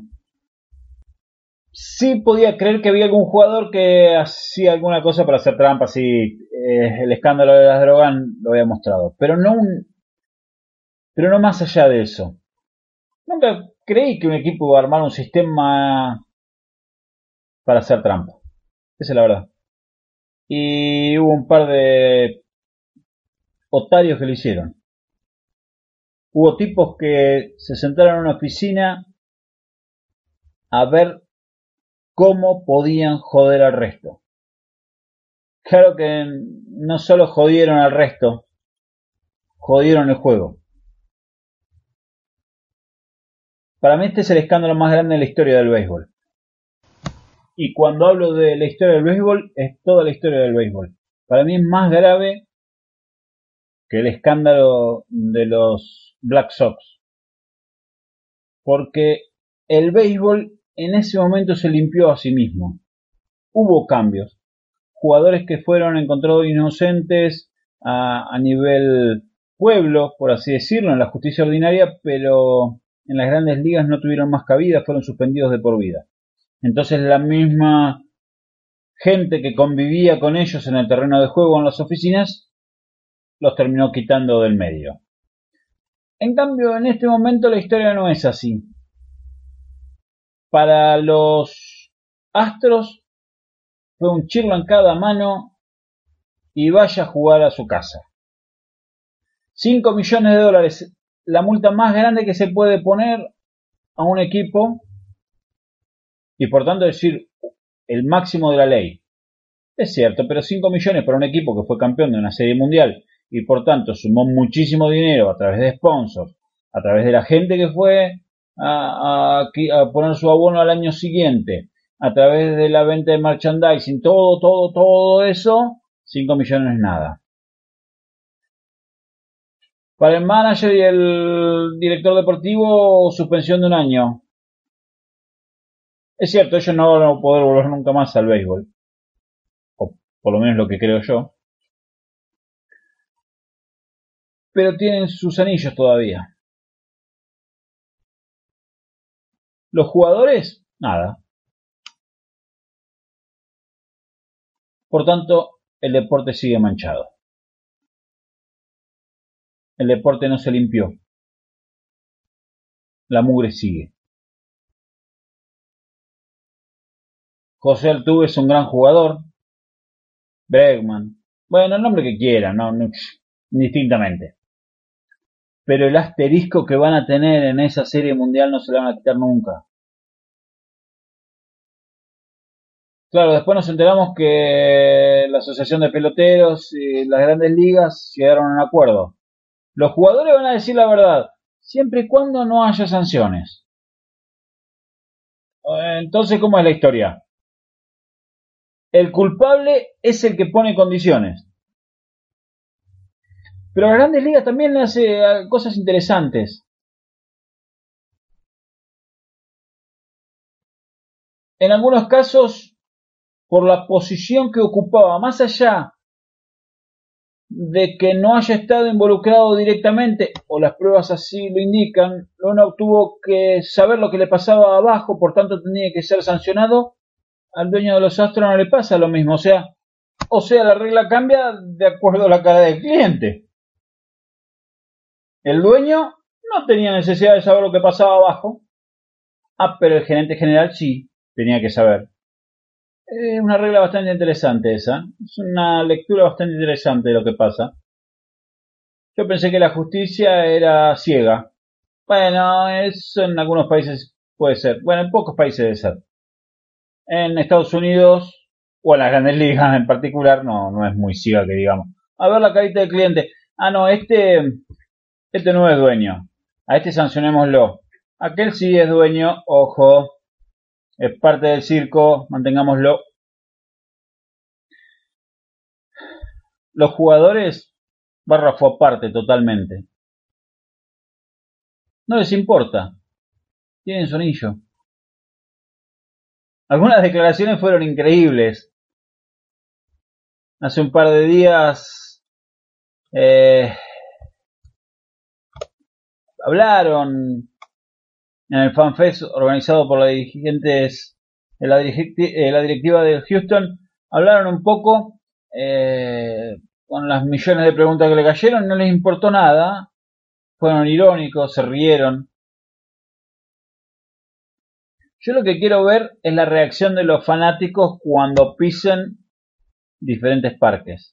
Sí podía creer que había algún jugador que hacía alguna cosa para hacer trampa, sí, el escándalo de las drogas lo había mostrado, pero no más allá de eso. Nunca creí que un equipo iba a armar un sistema para hacer trampa. Esa es la verdad. Y hubo un par de otarios que lo hicieron. Hubo tipos que se sentaron en una oficina a ver cómo podían joder al resto. Claro que no solo jodieron al resto, jodieron el juego. Para mí este es el escándalo más grande de la historia del béisbol. Y cuando hablo de la historia del béisbol, es toda la historia del béisbol. Para mí es más grave que el escándalo de los Black Sox. porque el béisbol en ese momento se limpió a sí mismo. Hubo cambios, jugadores que fueron encontrados inocentes a nivel pueblo, por así decirlo, en la justicia ordinaria, pero en las grandes ligas no tuvieron más cabida, fueron suspendidos de por vida. Entonces la misma gente que convivía con ellos en el terreno de juego en las oficinas los terminó quitando del medio. En cambio, en este momento la historia no es así. Para los Astros fue un chirlo en cada mano y vaya a jugar a su casa. $5 millones, la multa más grande que se puede poner a un equipo y por tanto decir el máximo de la ley. Es cierto, pero 5 millones para un equipo que fue campeón de una serie mundial y por tanto sumó muchísimo dinero a través de sponsors, a través de la gente que fue a poner su abono al año siguiente, a través de la venta de merchandising, todo eso, 5 millones es nada. Para el manager y el director deportivo, suspensión de 1 año. Es cierto, ellos no van a poder volver nunca más al béisbol. O por lo menos lo que creo yo. Pero tienen sus anillos todavía. Los jugadores, nada. Por tanto, el deporte sigue manchado. El deporte no se limpió. La mugre sigue. José Altuve es un gran jugador. Bregman. Bueno, el nombre que quieran, no, indistintamente. Pero el asterisco que van a tener en esa serie mundial no se la van a quitar nunca. Claro, después nos enteramos que la Asociación de Peloteros y las grandes ligas llegaron a un acuerdo. Los jugadores van a decir la verdad, siempre y cuando no haya sanciones. Entonces, ¿cómo es la historia? El culpable es el que pone condiciones. Pero las grandes ligas también hace cosas interesantes. En algunos casos, por la posición que ocupaba, más allá de que no haya estado involucrado directamente, o las pruebas así lo indican, Luna tuvo que saber lo que le pasaba abajo, por tanto tenía que ser sancionado. Al dueño de los Astros no le pasa lo mismo, o sea, la regla cambia de acuerdo a la cara del cliente. El dueño no tenía necesidad de saber lo que pasaba abajo. Pero el gerente general sí tenía que saber. Es una regla bastante interesante esa. Es una lectura bastante interesante de lo que pasa. Yo pensé que la justicia era ciega. Bueno, eso en algunos países puede ser. Bueno, en pocos países debe ser. En Estados Unidos, o en las grandes ligas en particular, no es muy ciega que digamos. A ver la carita del cliente. No, este no es dueño. A este sancionémoslo. Aquel sí es dueño, ojo. Es parte del circo, mantengámoslo. Los jugadores, barra fue aparte totalmente. No les importa. Tienen su anillo. Algunas declaraciones fueron increíbles. Hace un par de días hablaron en el FanFest organizado por la directiva de Houston. Hablaron un poco con las millones de preguntas que le cayeron, no les importó nada. Fueron irónicos, se rieron. Yo lo que quiero ver es la reacción de los fanáticos cuando pisen diferentes parques.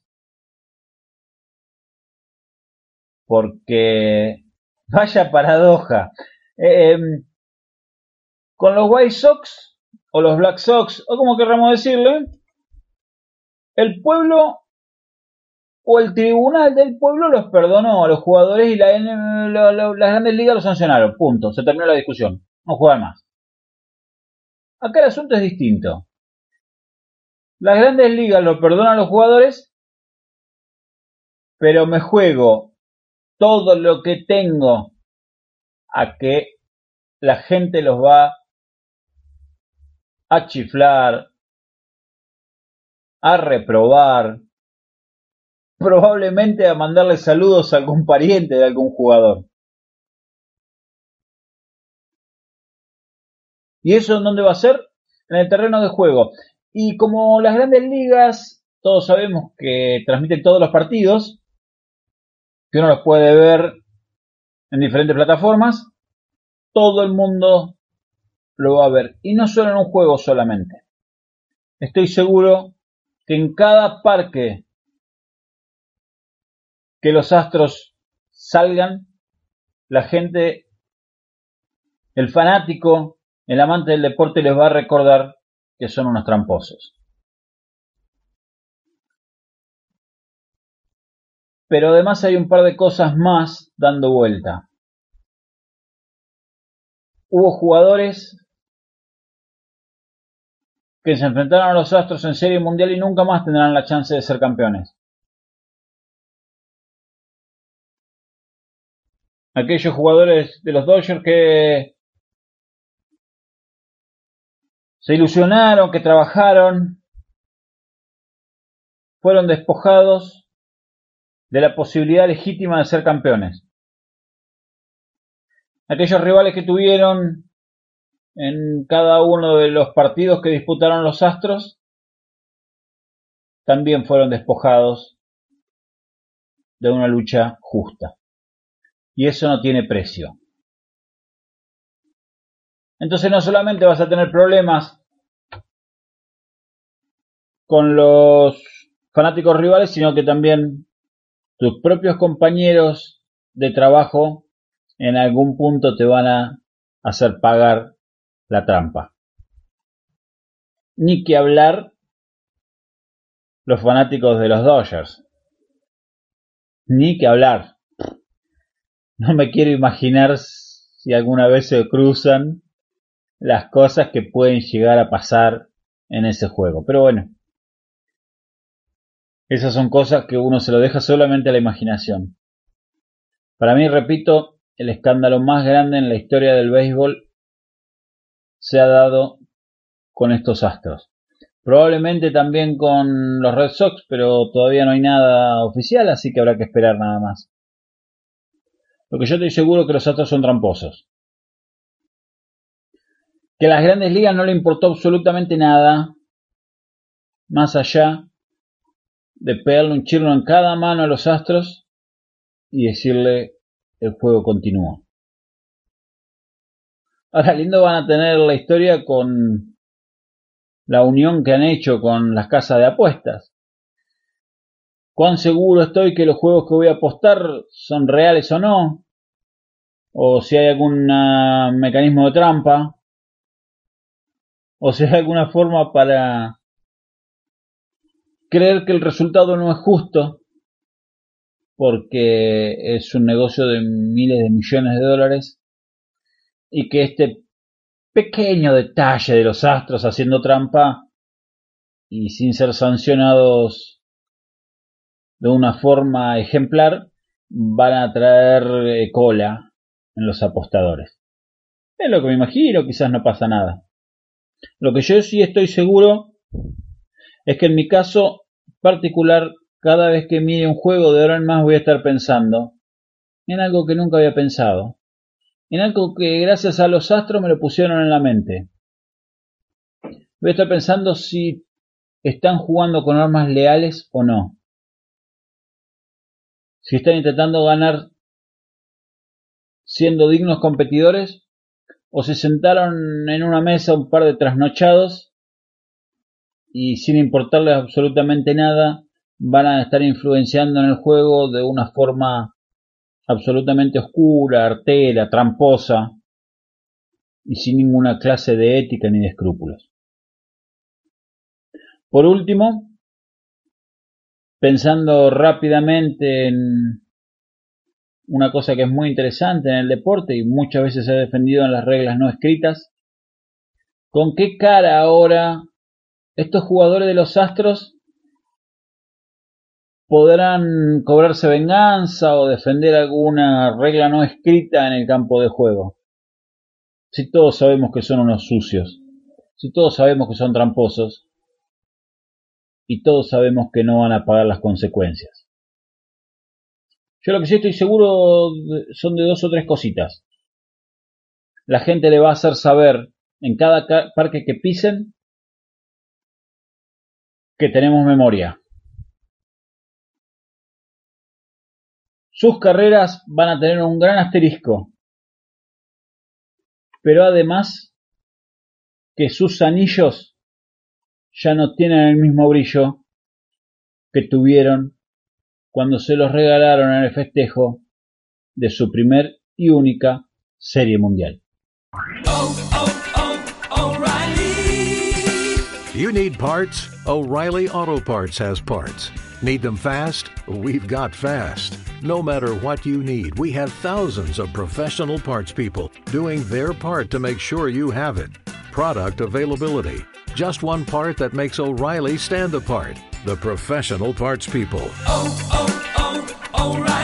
Porque vaya paradoja. Con los White Sox o los Black Sox, o como querramos decirle, el pueblo o el tribunal del pueblo los perdonó a los jugadores y las grandes ligas los sancionaron. Punto. Se terminó la discusión. No juegan más. Acá el asunto es distinto. Las grandes ligas lo perdonan a los jugadores, pero me juego todo lo que tengo a que la gente los va a chiflar, a reprobar, probablemente a mandarle saludos a algún pariente de algún jugador. ¿Y eso en dónde va a ser? En el terreno de juego. Y como las grandes ligas, todos sabemos que transmiten todos los partidos, que uno los puede ver en diferentes plataformas, todo el mundo lo va a ver. Y no solo en un juego solamente. Estoy seguro que en cada parque que los Astros salgan, la gente, el fanático, el amante del deporte les va a recordar que son unos tramposos. Pero además hay un par de cosas más dando vuelta. Hubo jugadores que se enfrentaron a los Astros en Serie Mundial y nunca más tendrán la chance de ser campeones. Aquellos jugadores de los Dodgers que se ilusionaron, que trabajaron, fueron despojados de la posibilidad legítima de ser campeones. Aquellos rivales que tuvieron en cada uno de los partidos que disputaron los Astros también fueron despojados de una lucha justa. Y eso no tiene precio. Entonces no solamente vas a tener problemas con los fanáticos rivales, sino que también tus propios compañeros de trabajo en algún punto te van a hacer pagar la trampa. Ni que hablar los fanáticos de los Dodgers. Ni que hablar. No me quiero imaginar si alguna vez se cruzan las cosas que pueden llegar a pasar en ese juego. Pero bueno, esas son cosas que uno se lo deja solamente a la imaginación. Para mí, repito, el escándalo más grande en la historia del béisbol se ha dado con estos Astros. Probablemente también con los Red Sox, pero todavía no hay nada oficial, así que habrá que esperar nada más. Lo que yo estoy seguro es que los Astros son tramposos. Que a las grandes ligas no le importó absolutamente nada, más allá de pegarle un chirlo en cada mano a los Astros y decirle el juego continúa. Ahora lindo van a tener la historia con la unión que han hecho con las casas de apuestas. ¿Cuán seguro estoy que los juegos que voy a apostar son reales o no? O si hay algún mecanismo de trampa. O si hay alguna forma para creer que el resultado no es justo. Porque es un negocio de miles de millones de dólares. Y que este pequeño detalle de los Astros haciendo trampa y sin ser sancionados de una forma ejemplar van a traer cola en los apostadores. Es lo que me imagino, quizás no pasa nada. Lo que yo sí estoy seguro es que en mi caso particular, cada vez que mire un juego de ahora en más voy a estar pensando en algo que nunca había pensado. En algo que gracias a los Astros me lo pusieron en la mente. Voy a estar pensando si están jugando con armas leales o no. Si están intentando ganar siendo dignos competidores o se sentaron en una mesa un par de trasnochados y sin importarles absolutamente nada van a estar influenciando en el juego de una forma absolutamente oscura, artera, tramposa y sin ninguna clase de ética ni de escrúpulos. Por último, pensando rápidamente en una cosa que es muy interesante en el deporte y muchas veces se ha defendido en las reglas no escritas, ¿con qué cara ahora estos jugadores de los Astros podrán cobrarse venganza o defender alguna regla no escrita en el campo de juego? Si todos sabemos que son unos sucios, si todos sabemos que son tramposos, y todos sabemos que no van a pagar las consecuencias. Yo lo que sí estoy seguro son de 2 o 3 cositas. La gente le va a hacer saber en cada parque que pisen que tenemos memoria. Sus carreras van a tener un gran asterisco, pero además que sus anillos ya no tienen el mismo brillo que tuvieron cuando se los regalaron en el festejo de su primer y única Serie Mundial. You need parts? O'Reilly Auto Parts has parts. Need them fast? We've got fast. No matter what you need, we have thousands of professional parts people doing their part to make sure you have it. Product availability. Just one part that makes O'Reilly stand apart. The professional parts people. O'Reilly.